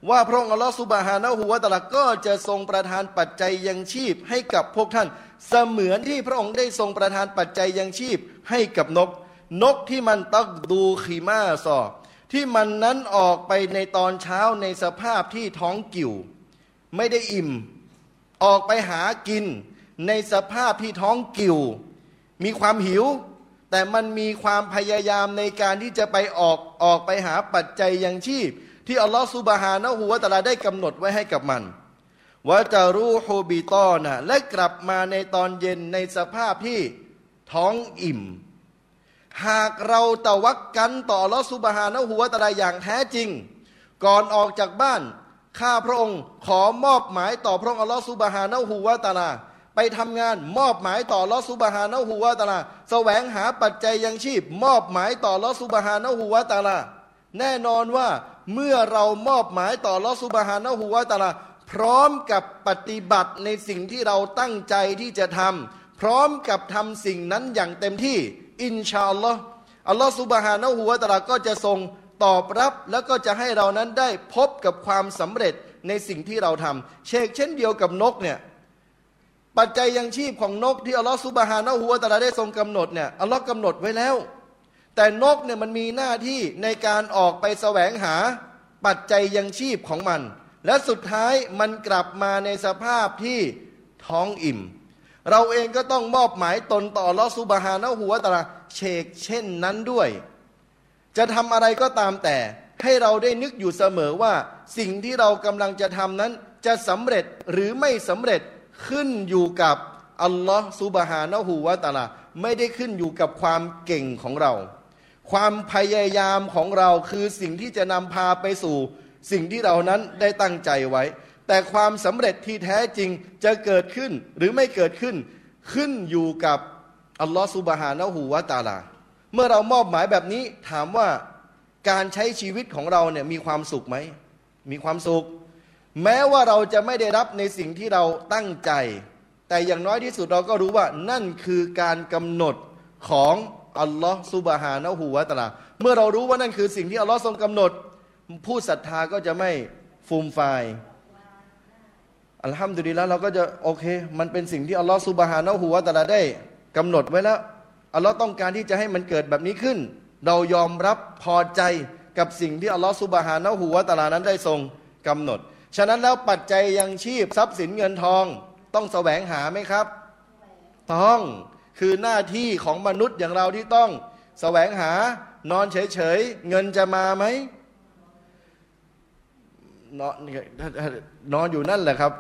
ว่าพระองค์อัลลอฮฺซุบฮานะฮูวะตะอาลาก็จะทรงประทานปัจจัยยังชีพให้กับพวกท่านเสมือนที่พระองค์ได้ทรงประทานปัจจัยยังชีพให้กับนกนกที่มันตักดูขีมาซอที่มันนั้นออกไปในตอนเช้าในสภาพที่ท้องกิ่วไม่ได้อิ่มออกไปหากินในสภาพที่ท้องกิ่วมีความหิวแต่มันมีความพยายามในการที่จะไปออกออกไปหาปัจจัยยังชีพที่อัลลอฮฺซุบฮานะฮูวะตะอาลาได้กำหนดไว้ให้กับมันวะจารูฮูบิตอนะและกลับมาในตอนเย็นในสภาพที่ท้องอิ่มหากเราตะวักกันต่ออัลลอฮฺซุบฮานะฮูวะตะอาลาอย่างแท้จริงก่อนออกจากบ้านข้าพระองค์ขอมอบหมายต่อพระองค์อัลลอฮฺซุบฮานะฮูวะตะอาลาไปทำงานมอบหมายต่ออัลลอฮฺซุบฮานะฮูวะตะอาลาแสวงหาปัจจัยยังชีพมอบหมายต่ออัลลอฮฺซุบฮานะฮูวะตะอาลาแน่นอนว่าเมื่อเรามอบหมายต่ออัลลอฮฺซุบฮานะฮูวะตะอาลาพร้อมกับปฏิบัติในสิ่งที่เราตั้งใจที่จะทำพร้อมกับทำสิ่งนั้นอย่างเต็มที่อินชาอัลลอฮ์อัลลอฮฺซุบฮานะฮูวะตะอาลาก็จะทรงตอบรับแล้วก็จะให้เรานั้นได้พบกับความสำเร็จในสิ่งที่เราทำเช่นเช่นเดียวกับนกเนี่ยปัจจัยยังชีพของนกที่อัลลอฮฺซุบฮานะฮูวะตะอาลาได้ทรงกำหนดเนี่ยอัลลอฮ์กำหนดไว้แล้วแต่นกเนี่ยมันมีหน้าที่ในการออกไปแสวงหาปัจจัยยังชีพของมันและสุดท้ายมันกลับมาในสภาพที่ท้องอิ่มเราเองก็ต้องมอบหมายตนต่ออัลลอฮฺซุบฮานะฮูวะตะอาลาเชกเช่นนั้นด้วยจะทำอะไรก็ตามแต่ให้เราได้นึกอยู่เสมอว่าสิ่งที่เรากำลังจะทำนั้นจะสำเร็จหรือไม่สำเร็จขึ้นอยู่กับอัลลอฮฺซุบฮานะฮูวะตะอาลาไม่ได้ขึ้นอยู่กับความเก่งของเราความพยายามของเราคือสิ่งที่จะนำพาไปสู่สิ่งที่เรานั้นได้ตั้งใจไว้แต่ความสำเร็จที่แท้จริงจะเกิดขึ้นหรือไม่เกิดขึ้นขึ้นอยู่กับอัลลอฮฺซุบฮานะฮูวะตะอาลาเมื่อเรามอบหมายแบบนี้ถามว่าการใช้ชีวิตของเราเนี่ยมีความสุขไหมมีความสุขแม้ว่าเราจะไม่ได้รับในสิ่งที่เราตั้งใจแต่อย่างน้อยที่สุดเราก็รู้ว่านั่นคือการกำหนดของอัลลอฮฺซุบฮานะฮูวะตะอาลาเมื่อเรารู้ว่านั่นคือสิ่งที่อัลลอฮฺทรงกำหนดผู้ศรัทธาก็จะไม่ฟูมฟายอัลฮัมดุลิลละห์เราก็จะโอเคมันเป็นสิ่งที่อัลลอฮฺซุบฮานะฮูวะตะอาลาได้กำหนดไว้แล้วอัลลอฮ์ต้องการที่จะให้มันเกิดแบบนี้ขึ้นเรายอมรับพอใจกับสิ่งที่อัลลอฮ์ซุบฮานะฮูวะตะอาลานั้นได้ทรงกำหนดฉะนั้นแล้วปัจจัยยังชีพทรัพย์สินเงินทองต้องแสวงหาไหมครับต้องคือหน้าที่ของมนุษย์อย่างเราที่ต้องแสวงหานอนเฉยๆเงินจะมาไหมนอนนอนอยู่นั่นแหละครับ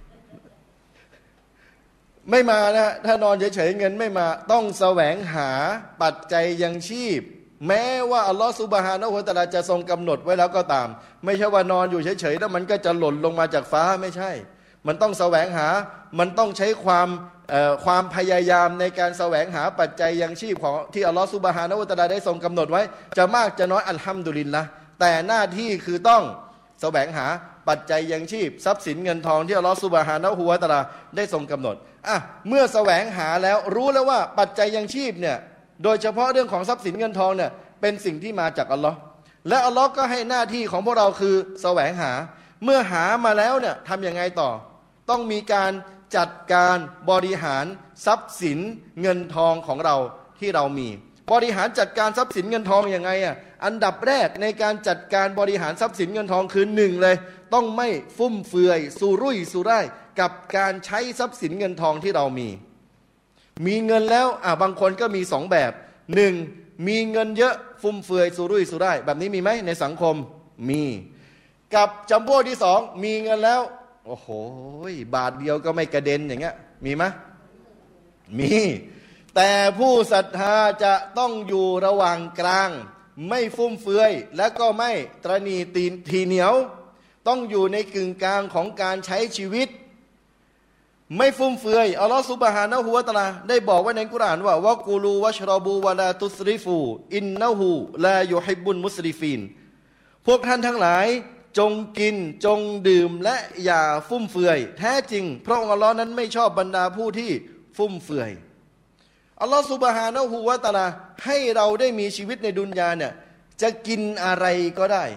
ไม่มานะถ้านอนเฉยๆเงินไม่มาต้องแสวงหาปัจจัยยังชีพแม้ว่าอัลลอฮฺซุบฮานะฮูวะตะอาลาจะทรงกำหนดไว้แล้วก็ตามไม่ใช่ว่านอนอยู่เฉยๆแล้วมันก็จะหล่นลงมาจากฟ้าไม่ใช่มันต้องแสวงหามันต้องใช้ความความพยายามในการแสวงหาปัจจัยยังชีพของที่อัลลอฮฺซุบฮานะฮูวะตะอาลาได้ทรงกำหนดไว้จะมากจะน้อยอัลฮัมดุลิลละห์แต่หน้าที่คือต้องแสวงหาปัจจัยยังชีพทรัพย์สินเงินทองที่อัลลอฮฺซุบฮานะฮูวะตะอาลาได้ทรงกำหนดอ่ะเมื่อแสวงหาแล้วรู้แล้วว่าปัจจัยยังชีพเนี่ยโดยเฉพาะเรื่องของทรัพย์สินเงินทองเนี่ยเป็นสิ่งที่มาจากอัลลอฮ์และอัลลอฮ์ก็ให้หน้าที่ของพวกเราคือแสวงหาเมื่อหามาแล้วเนี่ยทำยังไงต่อต้องมีการจัดการบริหารทรัพย์สินเงินทองของเราที่เรามีบริหารจัดการทรัพย์สินเงินทองยังไงอ่ะอันดับแรกในการจัดการบริหารทรัพย์สินเงินทองคือหนึ่งเลยต้องไม่ฟุ่มเฟือยสุรุ่ยสุร่ายกับการใช้ทรัพย์สินเงินทองที่เรามีมีเงินแล้วอ่ะบางคนก็มีสองแบบหนึ่งมีเงินเยอะฟุ่มเฟือยสุรุ่ยสุร่ายแบบนี้มีไหมในสังคมมีกับจำพวกที่สองมีเงินแล้วโอ้โหบาทเดียวก็ไม่กระเด็นอย่างเงี้ยมีไหมมีแต่ผู้ศรัทธาจะต้องอยู่ระหว่างกลางไม่ฟุ่มเฟือยและก็ไม่ตระหนี่ตีนทีเหนียวต้องอยู่ในกึ่งกลางของการใช้ชีวิตไม่ฟุ่มเฟือยอัลลอฮฺซุบฮานะฮูวะตะอาลาได้บอกไว้ในกุรอานว่าวะกูลูวัชรบูวะลาตุสริฟูอินนะฮูลายุฮิบบุลมุสริฟีนพวกท่านทั้งหลายจงกินจงดื่มและอย่าฟุ่มเฟือยแท้จริงพระองค์อัลลอฮ์นั้นไม่ชอบบรรดาผู้ที่ฟุ่มเฟือยอัลลอฮฺซุบฮานะฮูวะตะอาลาให้เราได้มีชีวิตในดุนยาเนี่ยจะกินอะไรก็ได้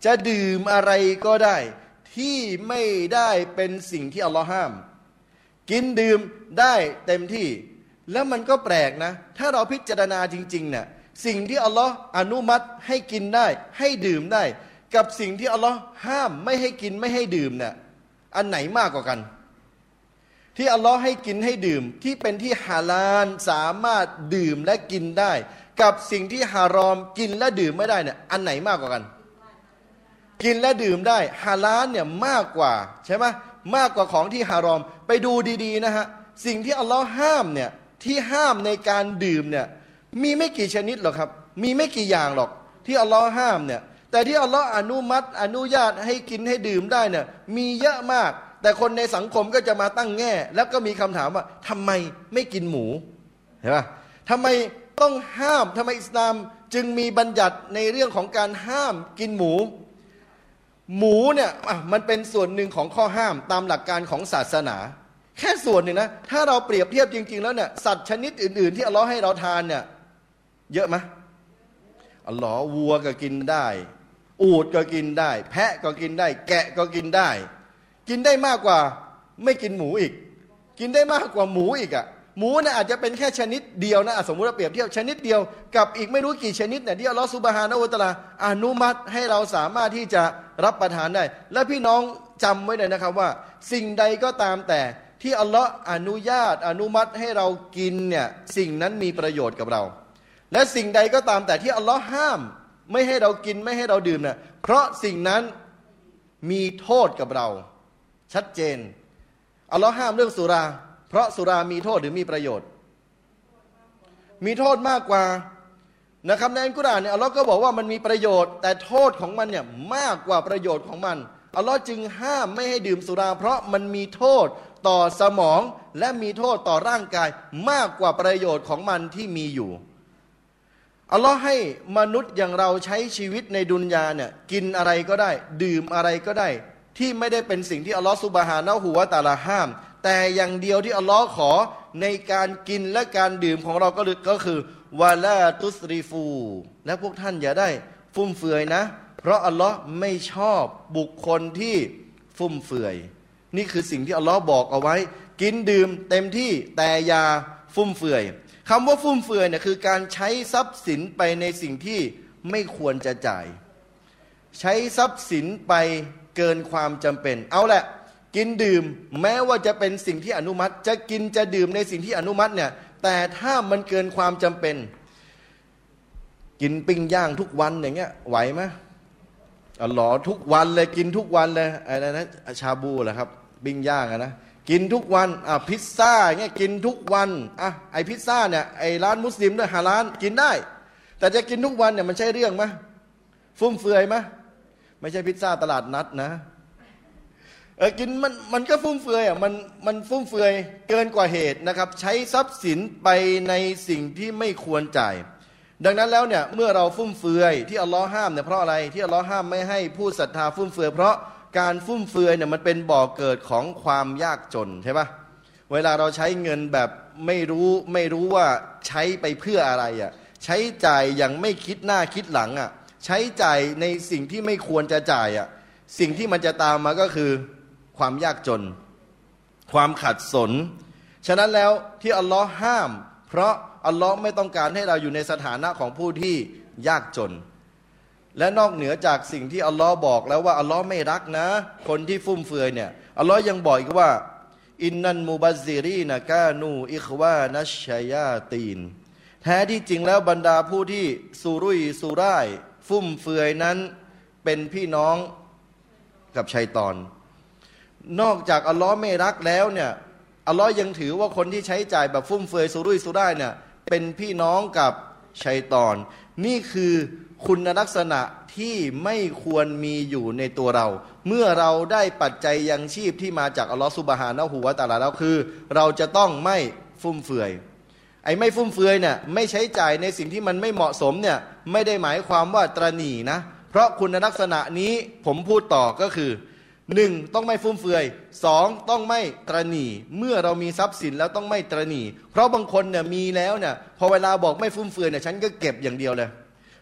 จะดื่มอะไรก็ได้ที่ไม่ได้เป็นสิ่งที่อัลลอฮ์ห้ามกินดื่มได้เต็มที่แล้วมันก็แปลกนะถ้าเราพิจารณาจริงๆเนี่ยสิ่งที่อัลลอฮ์อนุมัติให้กินได้ให้ดื่มได้กับสิ่งที่อัลลอฮ์ห้ามไม่ให้กินไม่ให้ดื่มเนี่ยอันไหนมากกว่ากันที่อัลลอฮ์ให้กินให้ดื่มที่เป็นที่ฮาลาลสามารถดื่มและกินได้กับสิ่งที่ฮารอมกินและดื่มไม่ได้เนี่ยอันไหนมากกว่ากันกินและดื่มได้ฮาลาลเนี่ยมากกว่าใช่ไหมมากกว่าของที่ฮารอมไปดูดีๆนะฮะสิ่งที่อัลลอฮ์ห้ามเนี่ยที่ห้ามในการดื่มเนี่ยมีไม่กี่ชนิดหรอกครับมีไม่กี่อย่างหรอกที่อัลลอฮ์ห้ามเนี่ยแต่ที่อัลลอฮ์อนุมัติอนุญาตให้กินให้ดื่มได้เนี่ยมีเยอะมากแต่คนในสังคมก็จะมาตั้งแง่แล้วก็มีคำถามว่าทำไมไม่กินหมูเห็นปะทำไมต้องห้ามทำไมอิสลามจึงมีบัญญัติในเรื่องของการห้ามกินหมูหมูเนี่ยมันเป็นส่วนหนึ่งของข้อห้ามตามหลักการของศาสนาแค่ส่วนหนึ่งนะถ้าเราเปรียบเทียบจริงๆแล้วเนี่ยสัตว์ชนิดอื่นๆที่อัลลอฮ์ให้เราทานเนี่ยเยอะไหมอัลลอฮ์วัวก็กินได้อูฐก็กินได้แพะก็กินได้แกะก็กินได้กินได้มากกว่าไม่กินหมูอีกกินได้มากกว่าหมูอีกอ่ะหมูเนี่ยอาจจะเป็นแค่ชนิดเดียวนะสมมุติว่าเปรียบเทียบชนิดเดียวกับอีกไม่รู้กี่ชนิดเนี่ยที่อัลลอฮฺซุบฮานะฮูวะตะอาลาอนุมัติให้เราสามารถที่จะรับประทานได้และพี่น้องจำไว้เลยนะครับว่าสิ่งใดก็ตามแต่ที่อัลลอฮฺอนุญาตอนุมัติให้เรากินเนี่ยสิ่งนั้นมีประโยชน์กับเราและสิ่งใดก็ตามแต่ที่อัลลอฮฺห้ามไม่ให้เรากินไม่ให้เราดื่มเนี่ยเพราะสิ่งนั้นมีโทษกับเราชัดเจนอัลลอฮ์ห้ามเรื่องสุราเพราะสุรามีโทษหรือมีประโยชน์มีโทษมากกว่านะครับในอัลกุรอานเนี่ยอัลลอฮ์ก็บอกว่ามันมีประโยชน์แต่โทษของมันเนี่ยมากกว่าประโยชน์ของมันอัลลอฮ์จึงห้ามไม่ให้ดื่มสุราเพราะมันมีโทษต่อสมองและมีโทษต่อร่างกายมากกว่าประโยชน์ของมันที่มีอยู่อัลลอฮ์ให้มนุษย์อย่างเราใช้ชีวิตในดุนยาเนี่ยกินอะไรก็ได้ดื่มอะไรก็ได้ที่ไม่ได้เป็นสิ่งที่อัลลอฮฺซุบฮานะฮูวะตะอาลาห้ามแต่อย่างเดียวที่อัลลอฮ์ขอในการกินและการดื่มของเราก็ก็คือวะลาตุสริฟูและพวกท่านอย่าได้ฟุ่มเฟือยนะเพราะอัลลอฮ์ไม่ชอบบุคคลที่ฟุ่มเฟือยนี่คือสิ่งที่อัลลอฮ์บอกเอาไว้กินดื่มเต็มที่แต่อย่าฟุ่มเฟือยคำว่าฟุ่มเฟือยเนี่ยคือการใช้ทรัพย์สินไปในสิ่งที่ไม่ควรจะจ่ายใช้ทรัพย์สินไปเกินความจำเป็นเอาแหละกินดื่มแม้ว่าจะเป็นสิ่งที่อนุมัติจะกินจะดื่มในสิ่งที่อนุมัติเนี่ยแต่ถ้ามันเกินความจำเป็นกินปิ้งย่างทุกวันอย่างเงี้ยไหวไหมอ๋อหรอทุกวันเลยกินทุกวันเลยอะไรนะชาบูเหรอครับปิ้งย่างอะนะกินทุกวันอ่ะพิซซ่าอย่างเงี้ยกินทุกวันอ่ะไอพิซซ่าเนี่ยไอร้านมุสลิมด้วยฮาลาลกินได้แต่จะกินทุกวันเนี่ยมันใช่เรื่องไหมฟุ่มเฟือยไหมไม่ใช่พิซซ่าตลาดนัดนะเออกินมันมันก็ฟุ่มเฟือยอ่ะมันมันฟุ่มเฟือยเกินกว่าเหตุนะครับใช้ทรัพย์สินไปในสิ่งที่ไม่ควรจ่ายดังนั้นแล้วเนี่ยเมื่อเราฟุ่มเฟือยที่อัลลอฮ์ห้ามเนี่ยเพราะอะไรที่อัลลอฮ์ห้ามไม่ให้ผู้ศรัทธาฟุ่มเฟือยเพราะการฟุ่มเฟือยเนี่ยมันเป็นบ่อเกิดของความยากจนใช่ปะเวลาเราใช้เงินแบบไม่รู้ไม่รู้ว่าใช้ไปเพื่ออะไรอ่ะใช้จ่ายอย่างไม่คิดหน้าคิดหลังอ่ะใช้จ่ายในสิ่งที่ไม่ควรจะจ่ายอ่ะสิ่งที่มันจะตามมาก็คือความยากจนความขัดสนฉะนั้นแล้วที่อัลลอฮ์ห้ามเพราะอัลลอฮ์ไม่ต้องการให้เราอยู่ในสถานะของผู้ที่ยากจนและนอกเหนือจากสิ่งที่อัลลอฮ์บอกแล้วว่าอัลลอฮ์ไม่รักนะคนที่ฟุ่มเฟือยเนี่ยอัลลอฮ์ยังบอกอีกว่าอินนันมุบัซซิรีนะกานูอิควานัชชัยาตีนแท้ที่จริงแล้วบรรดาผู้ที่สุรุ่ยสุร่ายฟุ่มเฟือยนั้นเป็นพี่น้องกับชัยฏอนนอกจากอัลลอฮ์ไม่รักแล้วเนี่ยอัลลอฮ์ยังถือว่าคนที่ใช้จ่ายแบบฟุ่มเฟือยสุรุ่ยสุร่ายเนี่ยเป็นพี่น้องกับชัยฏอนนี่คือคุณลักษณะที่ไม่ควรมีอยู่ในตัวเราเมื่อเราได้ปัจจัยยังชีพที่มาจากอัลลอฮ์ซุบฮานะฮูวะตะอาลาแล้วคือเราจะต้องไม่ฟุ่มเฟือยไอ้ไม่ฟุ่มเฟือยเนี่ยไม่ใช้จ่ายในสิ่งที่มันไม่เหมาะสมเนี่ยไม่ได้หมายความว่าตระหนี่นะเพราะคุณลักษณะนี้ผมพูดต่อก็คือหนึ่งต้องไม่ฟุ่มเฟือยสองต้องไม่ตระหนี่เมื่อเรามีทรัพย์สินแล้วต้องไม่ตระหนี่เพราะบางคนเนี่ยมีแล้วเนี่ยพอเวลาบอกไม่ฟุ่มเฟือยเนี่ยฉันก็เก็บอย่างเดียวเลย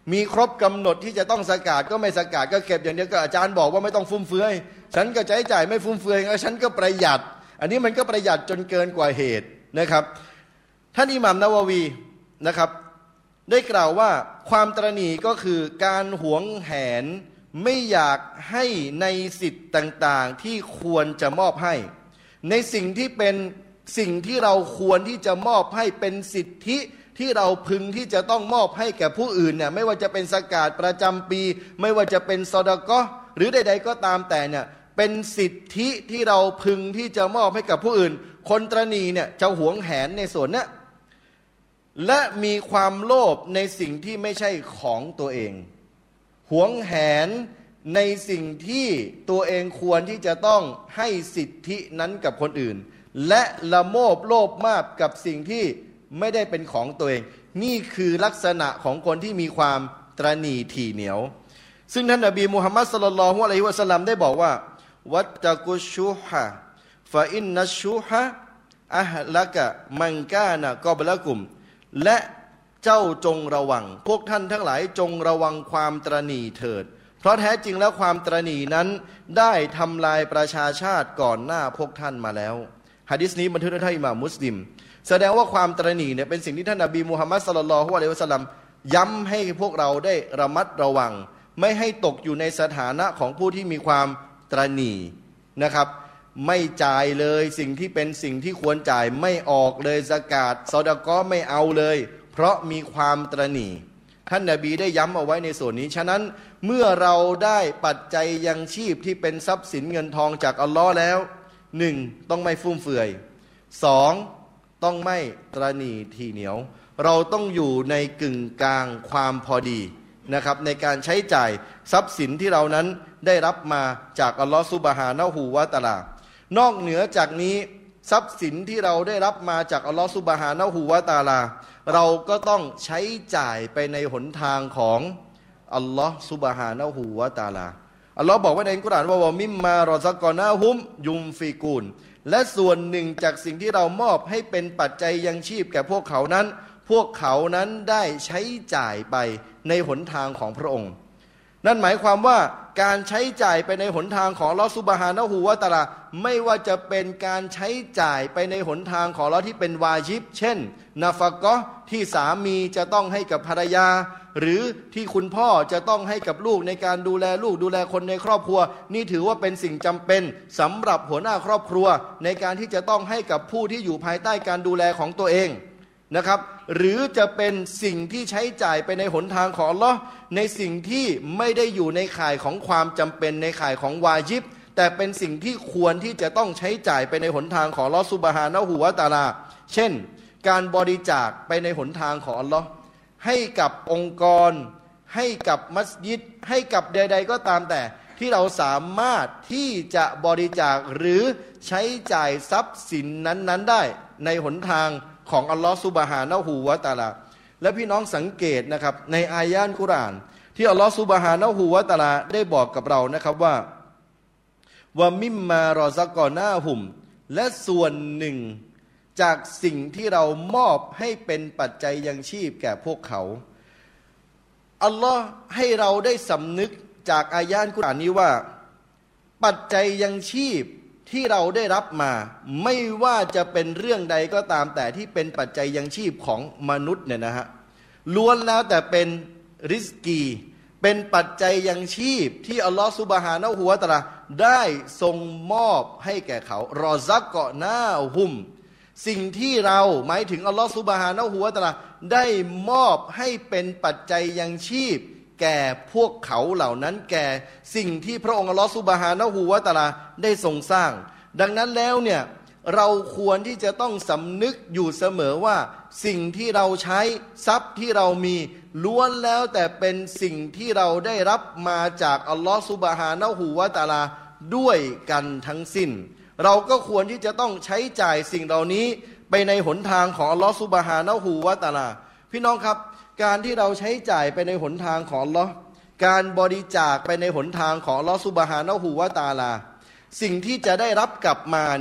มีครบกำหนดที่จะต้องสกาดก็ไม่สกาดก็เก็บอย่างเดียวก็อาจารย์บอกว่าไม่ต้องฟุ่มเฟือยฉันก็ใช้จ่ายไม่ฟุ่มเฟือยงั้นฉันก็ประหยัดอันนี้มันก็ประหยัดจนเกินกว่าเหตุนะครับท่านอิหม่ามนาววีนะครับได้กล่าวว่าความตระหนี่ก็คือการหวงแหนไม่อยากให้ในสิทธิ์ต่างๆที่ควรจะมอบให้ในสิ่งที่เป็นสิ่งที่เราควรที่จะมอบให้เป็นสิทธิที่เราพึงที่จะต้องมอบให้แก่ผู้อื่นเนี่ยไม่ว่าจะเป็นซะกาตประจำปีไม่ว่าจะเป็นซอดาเกาะห์หรือใดๆก็ตามแต่เนี่ยเป็นสิทธิที่เราพึงที่จะมอบให้กับผู้อื่นคนตระหนี่เนี่ยจะหวงแหนในส่วนเนี้ยและมีความโลภในสิ่งที่ไม่ใช่ของตัวเองหวงแหนในสิ่งที่ตัวเองควรที่จะต้องให้สิทธินั้นกับคนอื่นและละโมบโลภมากกับสิ่งที่ไม่ได้เป็นของตัวเองนี่คือลักษณะของคนที่มีความตระหนี่ถี่เหนียวซึ่งท่านนบีมุฮัมมัดศ็อลลัลลอฮุอะลัยฮิวะซัลลัมได้บอกว่าวัตตะกุชชุฮะฟะอินนัชชุฮะอะฮละกะมันกานะกอบละกุมและเจ้าจงระวังพวกท่านทั้งหลายจงระวังความตระหนี่เถิดเพราะแท้จริงแล้วความตระหนี่นั้นได้ทำลายประชาชาติก่อนหน้าพวกท่านมาแล้วหะดีษนี้บันทึกโดยท่านอิหม่ามมุสลิมแสดงว่าความตระหนี่เนี่ยเป็นสิ่งที่ท่านนบีมุฮัมมัดศ็อลลัลลอฮุอะลัยฮิวะซัลลัมย้ำให้พวกเราได้ระมัดระวังไม่ให้ตกอยู่ในสถานะของผู้ที่มีความตระหนี่นะครับไม่จ่ายเลยสิ่งที่เป็นสิ่งที่ควรจ่ายไม่ออกเลยซะกาตซอดาเกาะห์ไม่เอาเลยเพราะมีความตระหนี่ท่านนบีได้ย้ำเอาไว้ในส่วนนี้ฉะนั้นเมื่อเราได้ปัจจัยยังชีพที่เป็นทรัพย์สินเงินทองจากอัลลอฮ์แล้วหนึ่งต้องไม่ฟุ่มเฟือยสองต้องไม่ตระหนี่ทีเหนียวเราต้องอยู่ในกึ่งกลางความพอดีนะครับในการใช้จ่ายทรัพย์สินที่เรานั้นได้รับมาจากอัลลอฮฺซุบฮานะฮูวะตะอาลานอกเหนือจากนี้ทรัพย์สินที่เราได้รับมาจากอัลลอฮฺซุบฮานะฮูวะตะอาลาเราก็ต้องใช้จ่ายไปในหนทางของอัลลอฮฺซุบฮานะฮูวะตะอาลาอัลลอฮ์บอกไว้ในอัลกุรอานว่าวะมิมมารอซักอนาฮุมยุมฟิกูนและส่วนหนึ่งจากสิ่งที่เรามอบให้เป็นปัจจัยยังชีพแก่พวกเขานั้นพวกเขานั้นได้ใช้จ่ายไปในหนทางของพระองค์นั่นหมายความว่าการใช้จ่ายไปในหนทางของอัลเลาะห์ซุบฮานะฮูวะตะอาลาไม่ว่าจะเป็นการใช้จ่ายไปในหนทางของอัลเลาะห์ที่เป็นวาญิบเช่นนาฟะกะห์ที่สามีจะต้องให้กับภรรยาหรือที่คุณพ่อจะต้องให้กับลูกในการดูแลลูกดูแลคนในครอบครัวนี่ถือว่าเป็นสิ่งจำเป็นสำหรับหัวหน้าครอบครัวในการที่จะต้องให้กับผู้ที่อยู่ภายใต้การดูแลของตัวเองนะครับหรือจะเป็นสิ่งที่ใช้จ่ายไปในหนทางของอัลเลาะห์ในสิ่งที่ไม่ได้อยู่ในข่ายของความจำเป็นในข่ายของวาญิบแต่เป็นสิ่งที่ควรที่จะต้องใช้จ่ายไปในหนทางของอัลเลาะห์ซุบฮานะฮูวะตะอาลาเช่นการบริจาคไปในหนทางของอัลเลาะห์ให้กับองค์กรให้กับมัสยิดให้กับใดๆก็ตามแต่ที่เราสามารถที่จะบริจาคหรือใช้จ่ายทรัพย์สินนั้นๆได้ในหนทางของอัลลอฮฺซุบฮานะฮูวะตะอาลาและพี่น้องสังเกตนะครับในอายะห์กุรอานที่อัลลอฮฺซุบฮานะฮูวะตะอาลาได้บอกกับเรานะครับว่าวะมิมมารอซักอนาฮุมและส่วนหนึ่งจากสิ่งที่เรามอบให้เป็นปัจจัยยังชีพแก่พวกเขาอัลลอฮ์ให้เราได้สำนึกจากอายะห์กุรอานนี้ว่าปัจจัยยังชีพที่เราได้รับมาไม่ว่าจะเป็นเรื่องใดก็ตามแต่ที่เป็นปัจจัยยังชีพของมนุษย์เนี่ยนะฮะล้วนแล้วแต่เป็นริสกีเป็นปัจจัยยังชีพที่อัลลอฮฺซุบฮานะฮูวะตะอาลาได้ทรงมอบให้แก่เขารอซักกอนาฮุมสิ่งที่เราหมายถึงอัลลอฮฺซุบฮานะฮูวะตะอาลาได้มอบให้เป็นปัจจัยยังชีพแก่พวกเขาเหล่านั้นแก่สิ่งที่พระองค์อัลลอฮฺซุบฮานะฮูวะตะอาลาได้ทรงสร้างดังนั้นแล้วเนี่ยเราควรที่จะต้องสำนึกอยู่เสมอว่าสิ่งที่เราใช้ทรัพย์ที่เรามีล้วนแล้วแต่เป็นสิ่งที่เราได้รับมาจากอัลลอฮฺซุบฮานะฮูวะตะอาลาด้วยกันทั้งสิ้นเราก็ควรที่จะต้องใช้จ่ายสิ่งเหล่านี้ไปในหนทางของอัลลอฮฺซุบฮานะฮูวะตะอาลาพี่น้องครับการที่เราใช้จ่ายไปในหนทางของอัลลอฮ์การบริจาคไปในหนทางของอัลลอฮ์ซุบฮานะฮูวะตะอาลาสิ่งที่จะได้รับกลับมาเนี่ย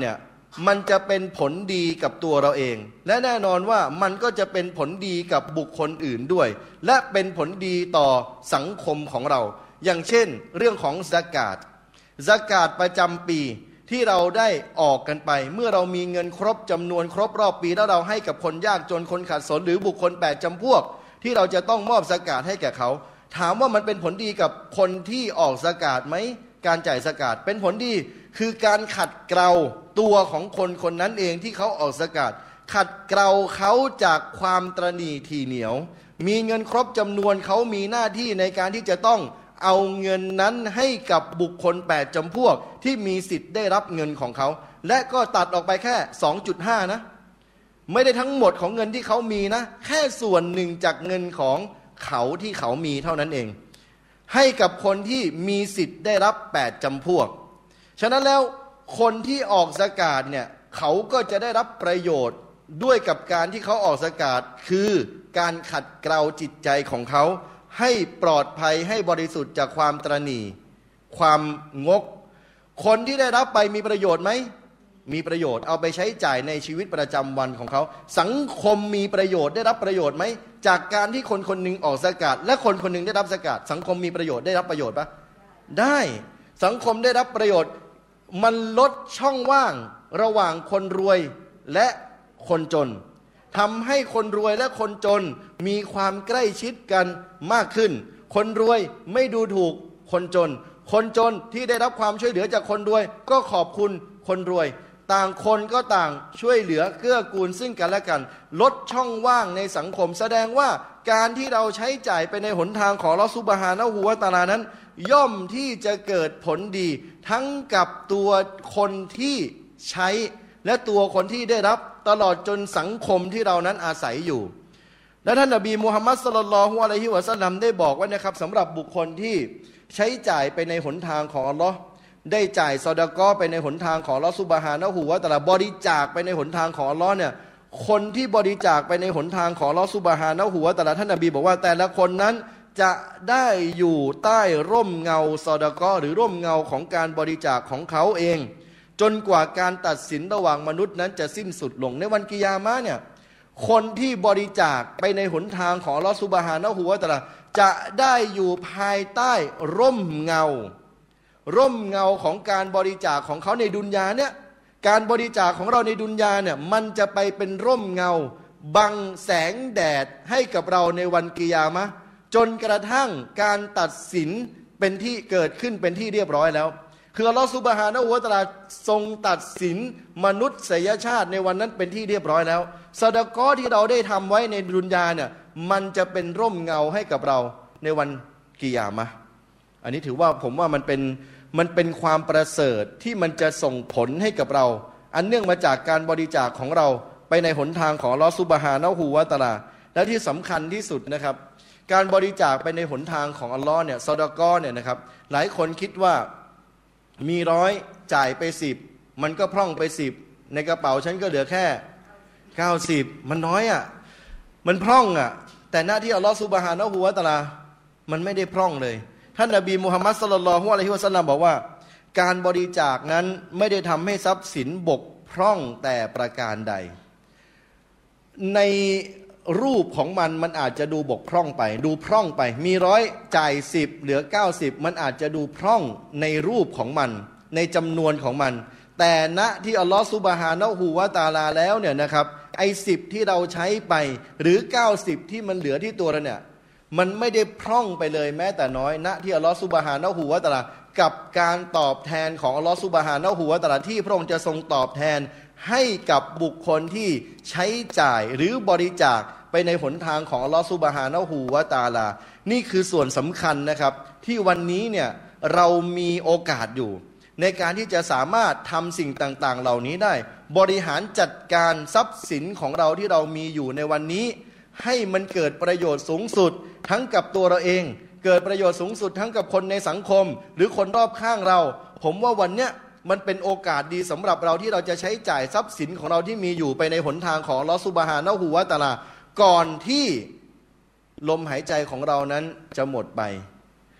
มันจะเป็นผลดีกับตัวเราเองและแน่นอนว่ามันก็จะเป็นผลดีกับบุคคลอื่นด้วยและเป็นผลดีต่อสังคมของเราอย่างเช่นเรื่องของซะกาตซะกาตประจำปีที่เราได้ออกกันไปเมื่อเรามีเงินครบจำนวนครบรอบปีแล้วเราให้กับคนยากจนคนขัดสนหรือบุคคลแปดจำพวกที่เราจะต้องมอบซะกาตให้แก่เขาถามว่ามันเป็นผลดีกับคนที่ออกซะกาตไหมการจ่ายซะกาตเป็นผลดีคือการขัดเกลาตัวของคนคนนั้นเองที่เขาออกซะกาตขัดเกลาเขาจากความตระหนี่ถี่เหนียวมีเงินครบจำนวนเขามีหน้าที่ในการที่จะต้องเอาเงินนั้นให้กับบุคคลแปดจำพวกที่มีสิทธิ์ได้รับเงินของเขาและก็ตัดออกไปแค่ สองจุดห้า นะไม่ได้ทั้งหมดของเงินที่เขามีนะแค่ส่วนหนึ่งจากเงินของเขาที่เขามีเท่านั้นเองให้กับคนที่มีสิทธิ์ได้รับแปดจำพวกฉะนั้นแล้วคนที่ออกซะกาตเนี่ยเขาก็จะได้รับประโยชน์ด้วยกับการที่เขาออกซะกาตคือการขัดเกลาจิตใจของเขาให้ปลอดภัยให้บริสุทธิ์จากความตระหนี่ความงกคนที่ได้รับไปมีประโยชน์ไหมมีประโยชน์เอาไปใช้จ่ายในชีวิตประจำวันของเขาสังคมมีประโยชน์ได้รับประโยชน์ไหมจากการที่คนคนหนึ่งออกซะกาตและคนคนหนึ่งได้รับซะกาตสังคมมีประโยชน์ได้รับประโยชน์ปะได้สังคมได้รับประโยชน์มันลดช่องว่างระหว่างคนรวยและคนจนทำให้คนรวยและคนจนมีความใกล้ชิดกันมากขึ้นคนรวยไม่ดูถูกคนจนคนจนที่ได้รับความช่วยเหลือจากคนรวยก็ขอบคุณคนรวยต่างคนก็ต่างช่วยเหลือเกื้อกูลซึ่งกันและกันลดช่องว่างในสังคมแสดงว่าการที่เราใช้จ่ายไปในหนทางของอัลเลาะห์ซุบฮานะฮูวะตะอาลานั้นย่อมที่จะเกิดผลดีทั้งกับตัวคนที่ใช้และตัวคนที่ได้รับตลอดจนสังคมที่เรานั้นอาศัยอยู่และท่านนบีมุฮัมมัดศ็อลลัลลอฮุอะลัยฮิวะซัลลัมได้บอกไว้นะครับสำหรับบุคคลที่ใช้จ่ายไปในหนทางของอัลเลาะห์ได้จ่ายซอดาเกาะห์ไปในหนทางของอัลเลาะห์ซุบฮานะฮูวะตะอาลาบริจาคไปในหนทางของอัลเลาะห์เนี่ยคนที่บริจาคไปในหนทางของอัลเลาะห์ซุบฮานะฮูวะตะอาลาท่านนบีบอกว่าแต่ละคนนั้นจะได้อยู่ใต้ร่มเงาซอดาเกาะห์หรือร่มเงาของการบริจาคของเขาเองจนกว่าการตัดสินระหว่างมนุษย์นั้นจะสิ้นสุดลงในวันกิยามะห์เนี่ยคนที่บริจาคไปในหนทางของอัลเลาะห์ซุบฮานะฮูวะตะอาลาจะได้อยู่ภายใต้ร่มเงาร่มเงาของการบริจาคของเขาในดุนยาเนี่ยการบริจาคของเราในดุนยาเนี่ยมันจะไปเป็นร่มเงาบังแสงแดดให้กับเราในวันกิยามะห์จนกระทั่งการตัดสินเป็นที่เกิดขึ้นเป็นที่เรียบร้อยแล้วคืออัลเลาะห์ซุบฮานะฮูวะตะอาลาทรงตัดสินมนุษยชาติในวันนั้นเป็นที่เรียบร้อยแล้วซอดาเกาะห์ที่เราได้ทำไว้ในดุนยาเนี่ยมันจะเป็นร่มเงาให้กับเราในวันกิยามะห์อันนี้ถือว่าผมว่ามันเป็นมันเป็นความประเสริฐที่มันจะส่งผลให้กับเราอันเนื่องมาจากการบริจาคของเราไปในหนทางของอัลเลาะห์ซุบฮานะฮูวะตะอาลาและที่สำคัญที่สุดนะครับการบริจาคไปในหนทางของอัลเลาะห์เนี่ยซอดาเกาะห์เนี่ยนะครับหลายคนคิดว่ามีร้อยจ่ายไปสิบมันก็พร่องไปสิบในกระเป๋าฉันก็เหลือแค่เก้าสิบมันน้อยอ่ะมันพร่องอ่ะแต่หน้าที่อัลเลาะห์ซุบฮานะฮูวะตะอาลามันไม่ได้พร่องเลยท่านนบีมุฮัมมัดศ็อลลัลลอฮุอะลัยฮิวะซัลลัมบอกว่าการบริจาคนั้นไม่ได้ทำให้ทรัพย์สินบกพร่องแต่ประการใดในรูปของมันมันอาจจะดูบกพร่องไปดูพร่องไปมีร้อยจ่ายสิบเหลือเก้าสิบมันอาจจะดูพร่องในรูปของมันในจำนวนของมันแต่ณที่อัลลอฮฺซุบฮานะฮูวะตะอาลาแล้วเนี่ยนะครับไอ้สิบที่เราใช้ไปหรือเก้าสิบที่มันเหลือที่ตัวเราเนี่ยมันไม่ได้พร่องไปเลยแม้แต่น้อยณที่อัลลอฮฺซุบฮานะฮูวะตะอาลากับการตอบแทนของอัลลอฮฺซุบฮานะฮูวะตะอาลาที่พระองค์จะทรงตอบแทนให้กับบุคคลที่ใช้จ่ายหรือบริจาคไปในหนทางของอัลลอฮฺซุบฮานะฮูวะตะอาลานี่คือส่วนสำคัญนะครับที่วันนี้เนี่ยเรามีโอกาสอยู่ในการที่จะสามารถทำสิ่งต่างๆเหล่านี้ได้บริหารจัดการทรัพย์สินของเราที่เรามีอยู่ในวันนี้ให้มันเกิดประโยชน์สูงสุดทั้งกับตัวเราเองเกิดประโยชน์สูงสุดทั้งกับคนในสังคมหรือคนรอบข้างเราผมว่าวันเนี้ยมันเป็นโอกาสดีสำหรับเราที่เราจะใช้จ่ายทรัพย์สินของเราที่มีอยู่ไปในหนทางของอัลเลาะห์ซุบฮานะฮูวะตะอาลาก่อนที่ลมหายใจของเรานั้นจะหมดไป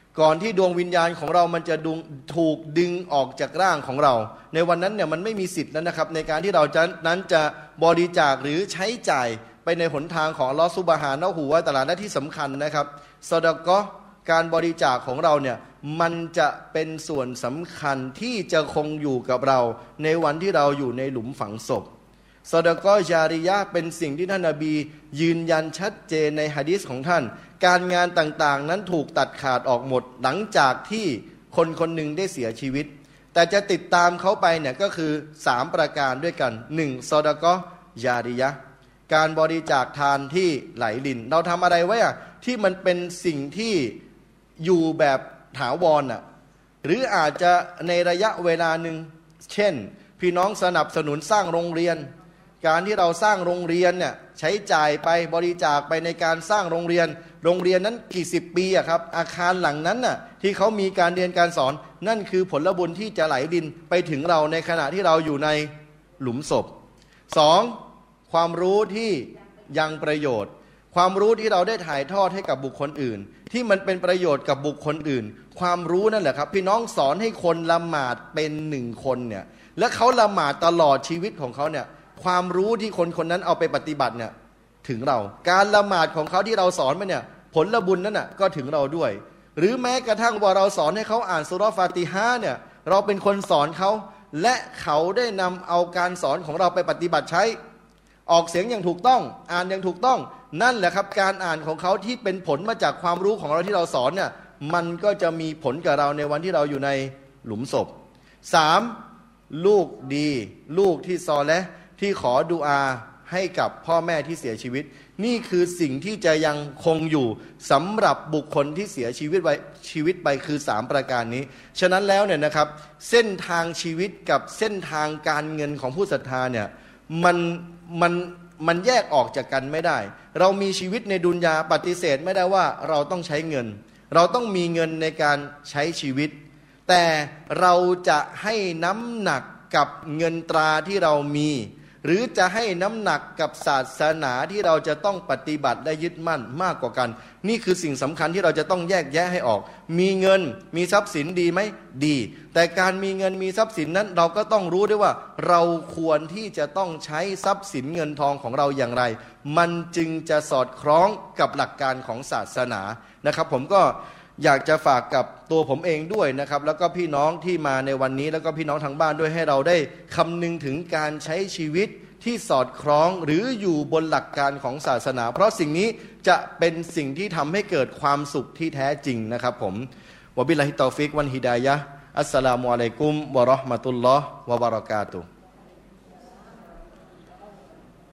ก่อนที่ดวงวิญญาณของเรามันจะดุงถูกดึงออกจากร่างของเราในวันนั้นเนี่ยมันไม่มีสิทธิ์แล้วนะครับในการที่เราจะนั้นจะบริจาคหรือใช้จ่ายไปในหนทางของอัลเลาะห์ซุบฮานะฮูวะตะอาลาและที่สำคัญนะครับซอดาเกาะห์การบริจาคของเราเนี่ยมันจะเป็นส่วนสำคัญที่จะคงอยู่กับเราในวันที่เราอยู่ในหลุมฝังศพซอดาเกาะห์ญาริยะห์เป็นสิ่งที่ท่านนบียืนยันชัดเจนในหะดีษของท่านการงานต่างๆนั้นถูกตัดขาดออกหมดหลังจากที่คนคนหนึ่งได้เสียชีวิตแต่จะติดตามเขาไปเนี่ยก็คือสามประการด้วยกันหนึ่งซอดาเกาะห์ญาริยะห์การบริจาคทานที่ไหลลินเราทำอะไรไว้อะที่มันเป็นสิ่งที่อยู่แบบถาวรน่ะหรืออาจจะในระยะเวลาหนึ่งเช่นพี่น้องสนับสนุนสร้างโรงเรียนการที่เราสร้างโรงเรียนเนี่ยใช้จ่ายไปบริจาคไปในการสร้างโรงเรียนโรงเรียนนั้นกี่สิบปีอะครับอาคารหลังนั้นน่ะที่เขามีการเรียนการสอนนั่นคือผลบุญที่จะไหลดินไปถึงเราในขณะที่เราอยู่ในหลุมศพสองความรู้ที่ยังประโยชน์ความรู้ที่เราได้ถ่ายทอดให้กับบุคคลอื่นที่มันเป็นประโยชน์กับบุคคลอื่นความรู้นั่นแหละครับพี่น้องสอนให้คนละหมาดเป็นหนึ่งคนเนี่ยและเขาละหมาดตลอดชีวิตของเขาเนี่ยความรู้ที่คนคนนั้นเอาไปปฏิบัติเนี่ยถึงเราการละหมาดของเขาที่เราสอนไปเนี่ยผลบุญนั้นน่ะก็ถึงเราด้วยหรือแม้กระทั่งว่าเราสอนให้เขาอ่านซูเราะห์ฟาติฮะห์เนี่ยเราเป็นคนสอนเขาและเขาได้นำเอาการสอนของเราไปปฏิบัติใช้ออกเสียงอย่างถูกต้องอ่านอย่างถูกต้องนั่นแหละครับการอ่านของเขาที่เป็นผลมาจากความรู้ของเราที่เราสอนเนี่ยมันก็จะมีผลกับเราในวันที่เราอยู่ในหลุมศพสามลูกดีลูกที่ซอเลห์ที่ขอดุอาให้กับพ่อแม่ที่เสียชีวิตนี่คือสิ่งที่จะยังคงอยู่สำหรับบุคคลที่เสียชีวิตไว้ชีวิตไปคือสามประการนี้ฉะนั้นแล้วเนี่ยนะครับเส้นทางชีวิตกับเส้นทางการเงินของผู้ศรัทธาเนี่ยมันมันมันแยกออกจากกันไม่ได้เรามีชีวิตในดุนยาปฏิเสธไม่ได้ว่าเราต้องใช้เงินเราต้องมีเงินในการใช้ชีวิตแต่เราจะให้น้ำหนักกับเงินตราที่เรามีหรือจะให้น้ำหนักกับศาสนาที่เราจะต้องปฏิบัติและยึดมั่นมากกว่ากันนี่คือสิ่งสำคัญที่เราจะต้องแยกแยะให้ออกมีเงินมีทรัพย์สินดีไหมดีแต่การมีเงินมีทรัพย์สินนั้นเราก็ต้องรู้ด้วยว่าเราควรที่จะต้องใช้ทรัพย์สินเงินทองของเราอย่างไรมันจึงจะสอดคล้องกับหลักการของศาสนานะครับผมก็อยากจะฝากกับตัวผมเองด้วยนะครับแล้วก็พี่น้องที่มาในวันนี้แล้วก็พี่น้องทางบ้านด้วยให้เราได้คำนึงถึงการใช้ชีวิตที่สอดคล้องหรืออยู่บนหลักการของศาสนาเพราะสิ่งนี้จะเป็นสิ่งที่ทำให้เกิดความสุขที่แท้จริงนะครับผมวะบิลลาฮิตตอฟิกวันฮิดายะฮ์อัสสลามุอะลัยกุมวะเราะห์มะตุลลอฮ์วะบะเราะกาตุฮ์